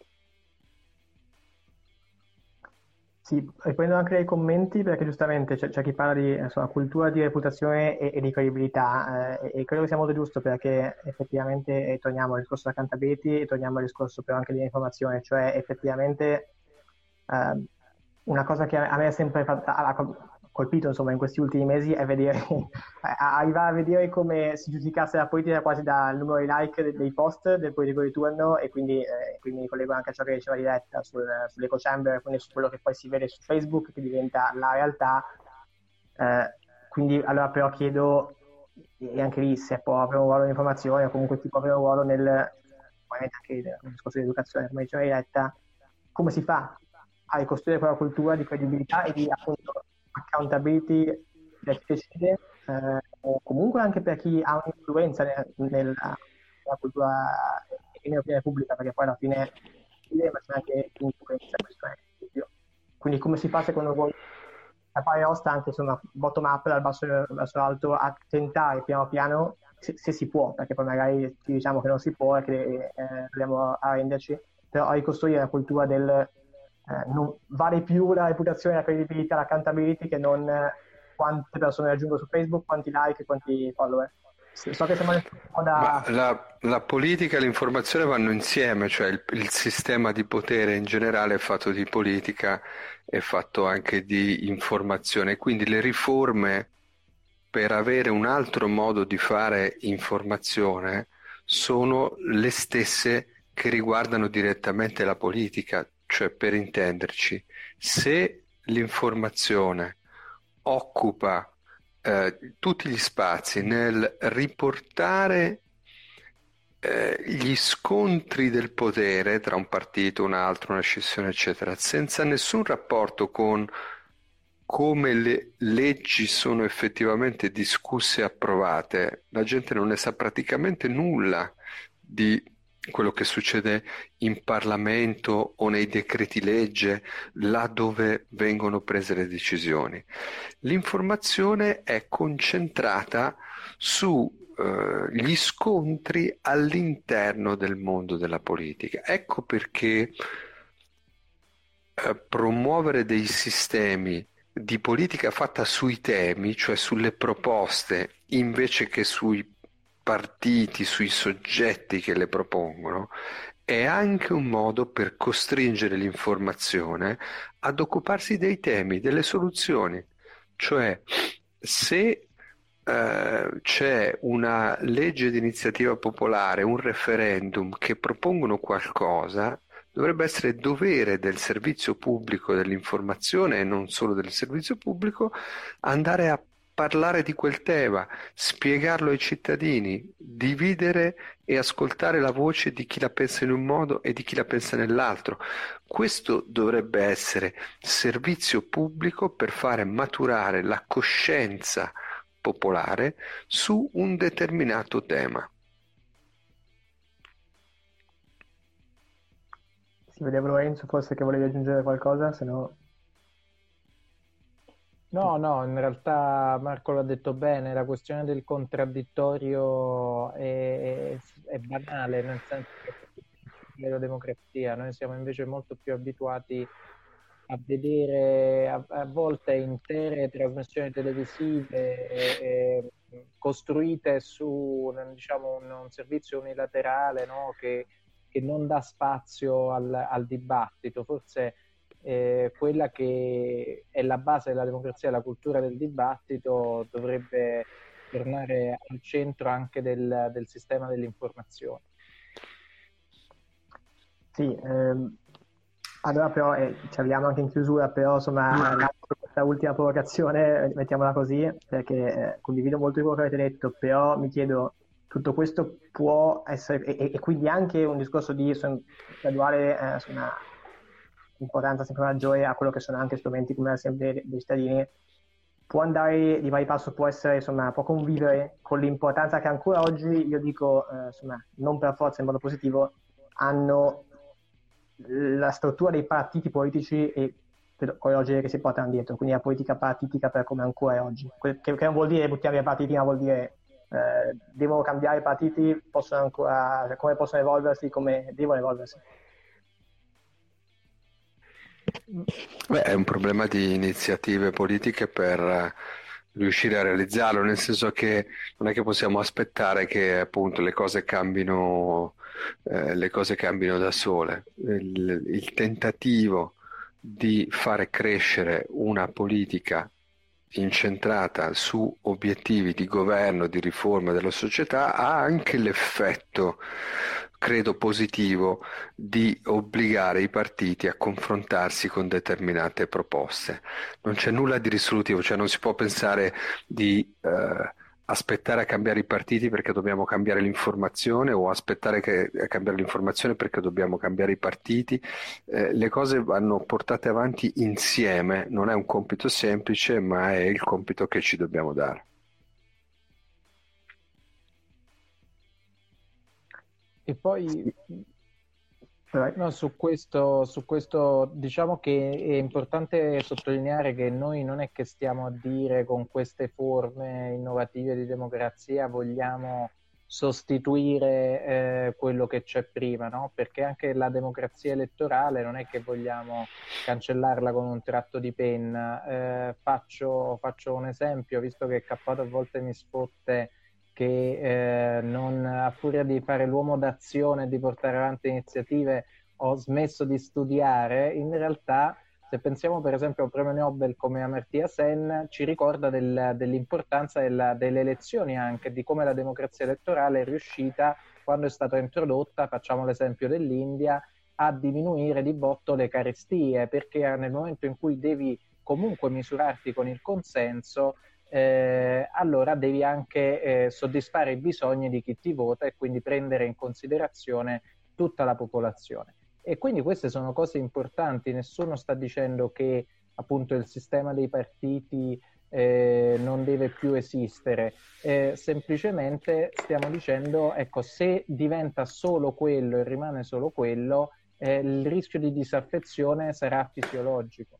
Sì, riprendo anche dei commenti, perché giustamente c'è, c'è chi parla di insomma, cultura di reputazione e, e di credibilità, eh, e credo che sia molto giusto, perché effettivamente eh, torniamo al discorso della accountability e torniamo al discorso però anche dell'informazione, cioè effettivamente eh, una cosa che a me è sempre fatta, ha colpito insomma in questi ultimi mesi è vedere arrivare a vedere come si giudicasse la politica quasi dal numero di like dei, dei post del politico di turno, e quindi, eh, quindi mi collego anche a ciò che diceva Diletta sul, sull'echo chamber, quindi su quello che poi si vede su Facebook che diventa la realtà. Eh, quindi allora però chiedo, e anche lì se può avere un ruolo di informazione o comunque ti può avere un ruolo nel, anche nel discorso di educazione come diceva Diletta, come si fa a ricostruire quella cultura di credibilità e di appunto accountability per chi decide, eh, o comunque anche per chi ha un'influenza nel, nel, nella cultura e nell'opinione pubblica, perché poi alla fine ma c'è anche influenza, questo è il. Quindi come si fa secondo voi a fare osta anche insomma bottom up dal basso verso l'alto a tentare piano piano, se, se si può, perché poi magari ci diciamo che non si può e che eh, dobbiamo arrenderci, però a ricostruire la cultura del Eh, non vale più la reputazione, la credibilità, l'accountability che non eh, quante persone raggiungo su Facebook, quanti like, quanti follower. Sì, so che siamo un po' da... la, la politica e l'informazione vanno insieme, cioè il, il sistema di potere in generale è fatto di politica, è fatto anche di informazione, quindi le riforme per avere un altro modo di fare informazione sono le stesse che riguardano direttamente la politica. Cioè, per intenderci, se l'informazione occupa eh, tutti gli spazi nel riportare eh, gli scontri del potere tra un partito, un altro, una scissione, eccetera, senza nessun rapporto con come le leggi sono effettivamente discusse e approvate, la gente non ne sa praticamente nulla di quello che succede in Parlamento o nei decreti legge, là dove vengono prese le decisioni. L'informazione è concentrata su eh, gli scontri all'interno del mondo della politica. Ecco perché eh, promuovere dei sistemi di politica fatta sui temi, cioè sulle proposte, invece che sui partiti, sui soggetti che le propongono, è anche un modo per costringere l'informazione ad occuparsi dei temi, delle soluzioni. Cioè, se eh, c'è una legge di iniziativa popolare, un referendum che propongono qualcosa, dovrebbe essere dovere del servizio pubblico dell'informazione e non solo del servizio pubblico andare a parlare di quel tema, spiegarlo ai cittadini, dividere e ascoltare la voce di chi la pensa in un modo e di chi la pensa nell'altro. Questo dovrebbe essere servizio pubblico per fare maturare la coscienza popolare su un determinato tema. Si vedevo Lorenzo, forse che volevi aggiungere qualcosa, se no... No, no, in realtà Marco l'ha detto bene, la questione del contraddittorio è, è banale, nel senso che la democrazia, noi siamo invece molto più abituati a vedere a, a volte intere trasmissioni televisive eh, eh, costruite su, diciamo, un, un servizio unilaterale, no? che, che non dà spazio al, al dibattito. Forse eh, quella che è la base della democrazia, la cultura del dibattito, dovrebbe tornare al centro anche del, del sistema dell'informazione. Sì, ehm, allora però eh, ci arriviamo anche in chiusura, però insomma questa ultima provocazione, mettiamola così, perché eh, condivido molto di quello che avete detto, però mi chiedo, tutto questo può essere, e, e quindi anche un discorso di insomma, graduale eh, insomma, importanza sempre maggiore a quello che sono anche strumenti come l'Assemblea dei dei cittadini, può andare di pari passo, può essere, insomma, può convivere con l'importanza che ancora oggi, io dico, eh, insomma, non per forza in modo positivo, hanno la struttura dei partiti politici e con le logiche che si portano dietro, quindi la politica partitica per come ancora è oggi, che, che non vuol dire buttiamo via i partiti, ma vuol dire eh, devono cambiare i partiti, possono ancora, cioè, come possono evolversi, come devono evolversi. Beh, è un problema di iniziative politiche per riuscire a realizzarlo, nel senso che non è che possiamo aspettare che appunto le cose cambino, eh, le cose cambino da sole. Il, il tentativo di fare crescere una politica incentrata su obiettivi di governo, di riforma della società, ha anche l'effetto, credo positivo, di obbligare i partiti a confrontarsi con determinate proposte. Non c'è nulla di risolutivo, cioè non si può pensare di eh, aspettare a cambiare i partiti perché dobbiamo cambiare l'informazione o aspettare che, a cambiare l'informazione perché dobbiamo cambiare i partiti. Eh, le cose vanno portate avanti insieme, non è un compito semplice, ma è il compito che ci dobbiamo dare. E poi no, su questo, su questo diciamo che è importante sottolineare che noi non è che stiamo a dire con queste forme innovative di democrazia vogliamo sostituire eh, quello che c'è prima, no? Perché anche la democrazia elettorale non è che vogliamo cancellarla con un tratto di penna. Eh, faccio, faccio un esempio, visto che Cappato a volte mi sfotte che eh, non, a furia di fare l'uomo d'azione e di portare avanti iniziative ho smesso di studiare. In realtà, se pensiamo per esempio a un premio Nobel come Amartya Sen, ci ricorda del, dell'importanza della, delle elezioni, anche di come la democrazia elettorale è riuscita, quando è stata introdotta, facciamo l'esempio dell'India, a diminuire di botto le carestie, perché nel momento in cui devi comunque misurarti con il consenso, Eh, allora devi anche eh, soddisfare i bisogni di chi ti vota e quindi prendere in considerazione tutta la popolazione. E quindi queste sono cose importanti, nessuno sta dicendo che appunto il sistema dei partiti eh, non deve più esistere, eh, semplicemente stiamo dicendo, ecco, se diventa solo quello e rimane solo quello, eh, il rischio di disaffezione sarà fisiologico.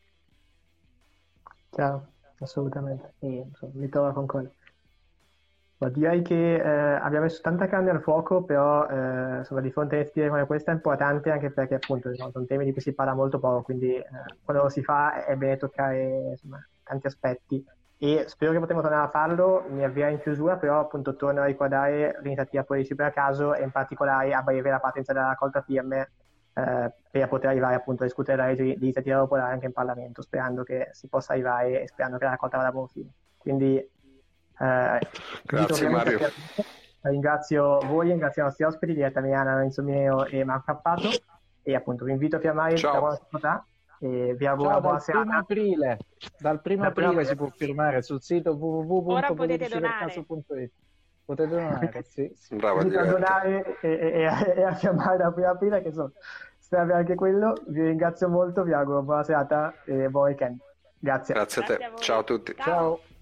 Chiaro, assolutamente, sì, insomma, mi trovo a concordare. Ma direi che eh, abbiamo messo tanta carne al fuoco, però eh, insomma, di fronte a iniziative come questa è importante, anche perché appunto no, sono temi di cui si parla molto poco, quindi eh, quando lo si fa è bene toccare insomma, tanti aspetti e spero che potremo tornare a farlo. Mi avvierei in chiusura, però appunto torno a ricordare l'iniziativa Politici per caso e in particolare a breve la partenza della raccolta firme eh, per poter arrivare appunto a discutere la legge di iniziativa popolare anche in Parlamento, sperando che si possa arrivare e sperando che la raccolta vada a buon fine. Quindi Eh, Grazie Mario. Per... Ringrazio voi, ringrazio i nostri ospiti, Diletta Miliana, Lorenzo Mineo e Marco Cappato e appunto vi invito a firmare la buona società e vi auguro una buona serata. Primo aprile, dal primo aprile aprile si può firmare sul sito w w w punto politici per caso punto it. Potete donare, sì, sì. Brava, a donare e, e, e a firmare dal primo aprile, che so, serve anche quello. Vi ringrazio molto, vi auguro buona serata e buon weekend. Grazie. Grazie a te. Grazie a Ciao a tutti. Ciao. Ciao.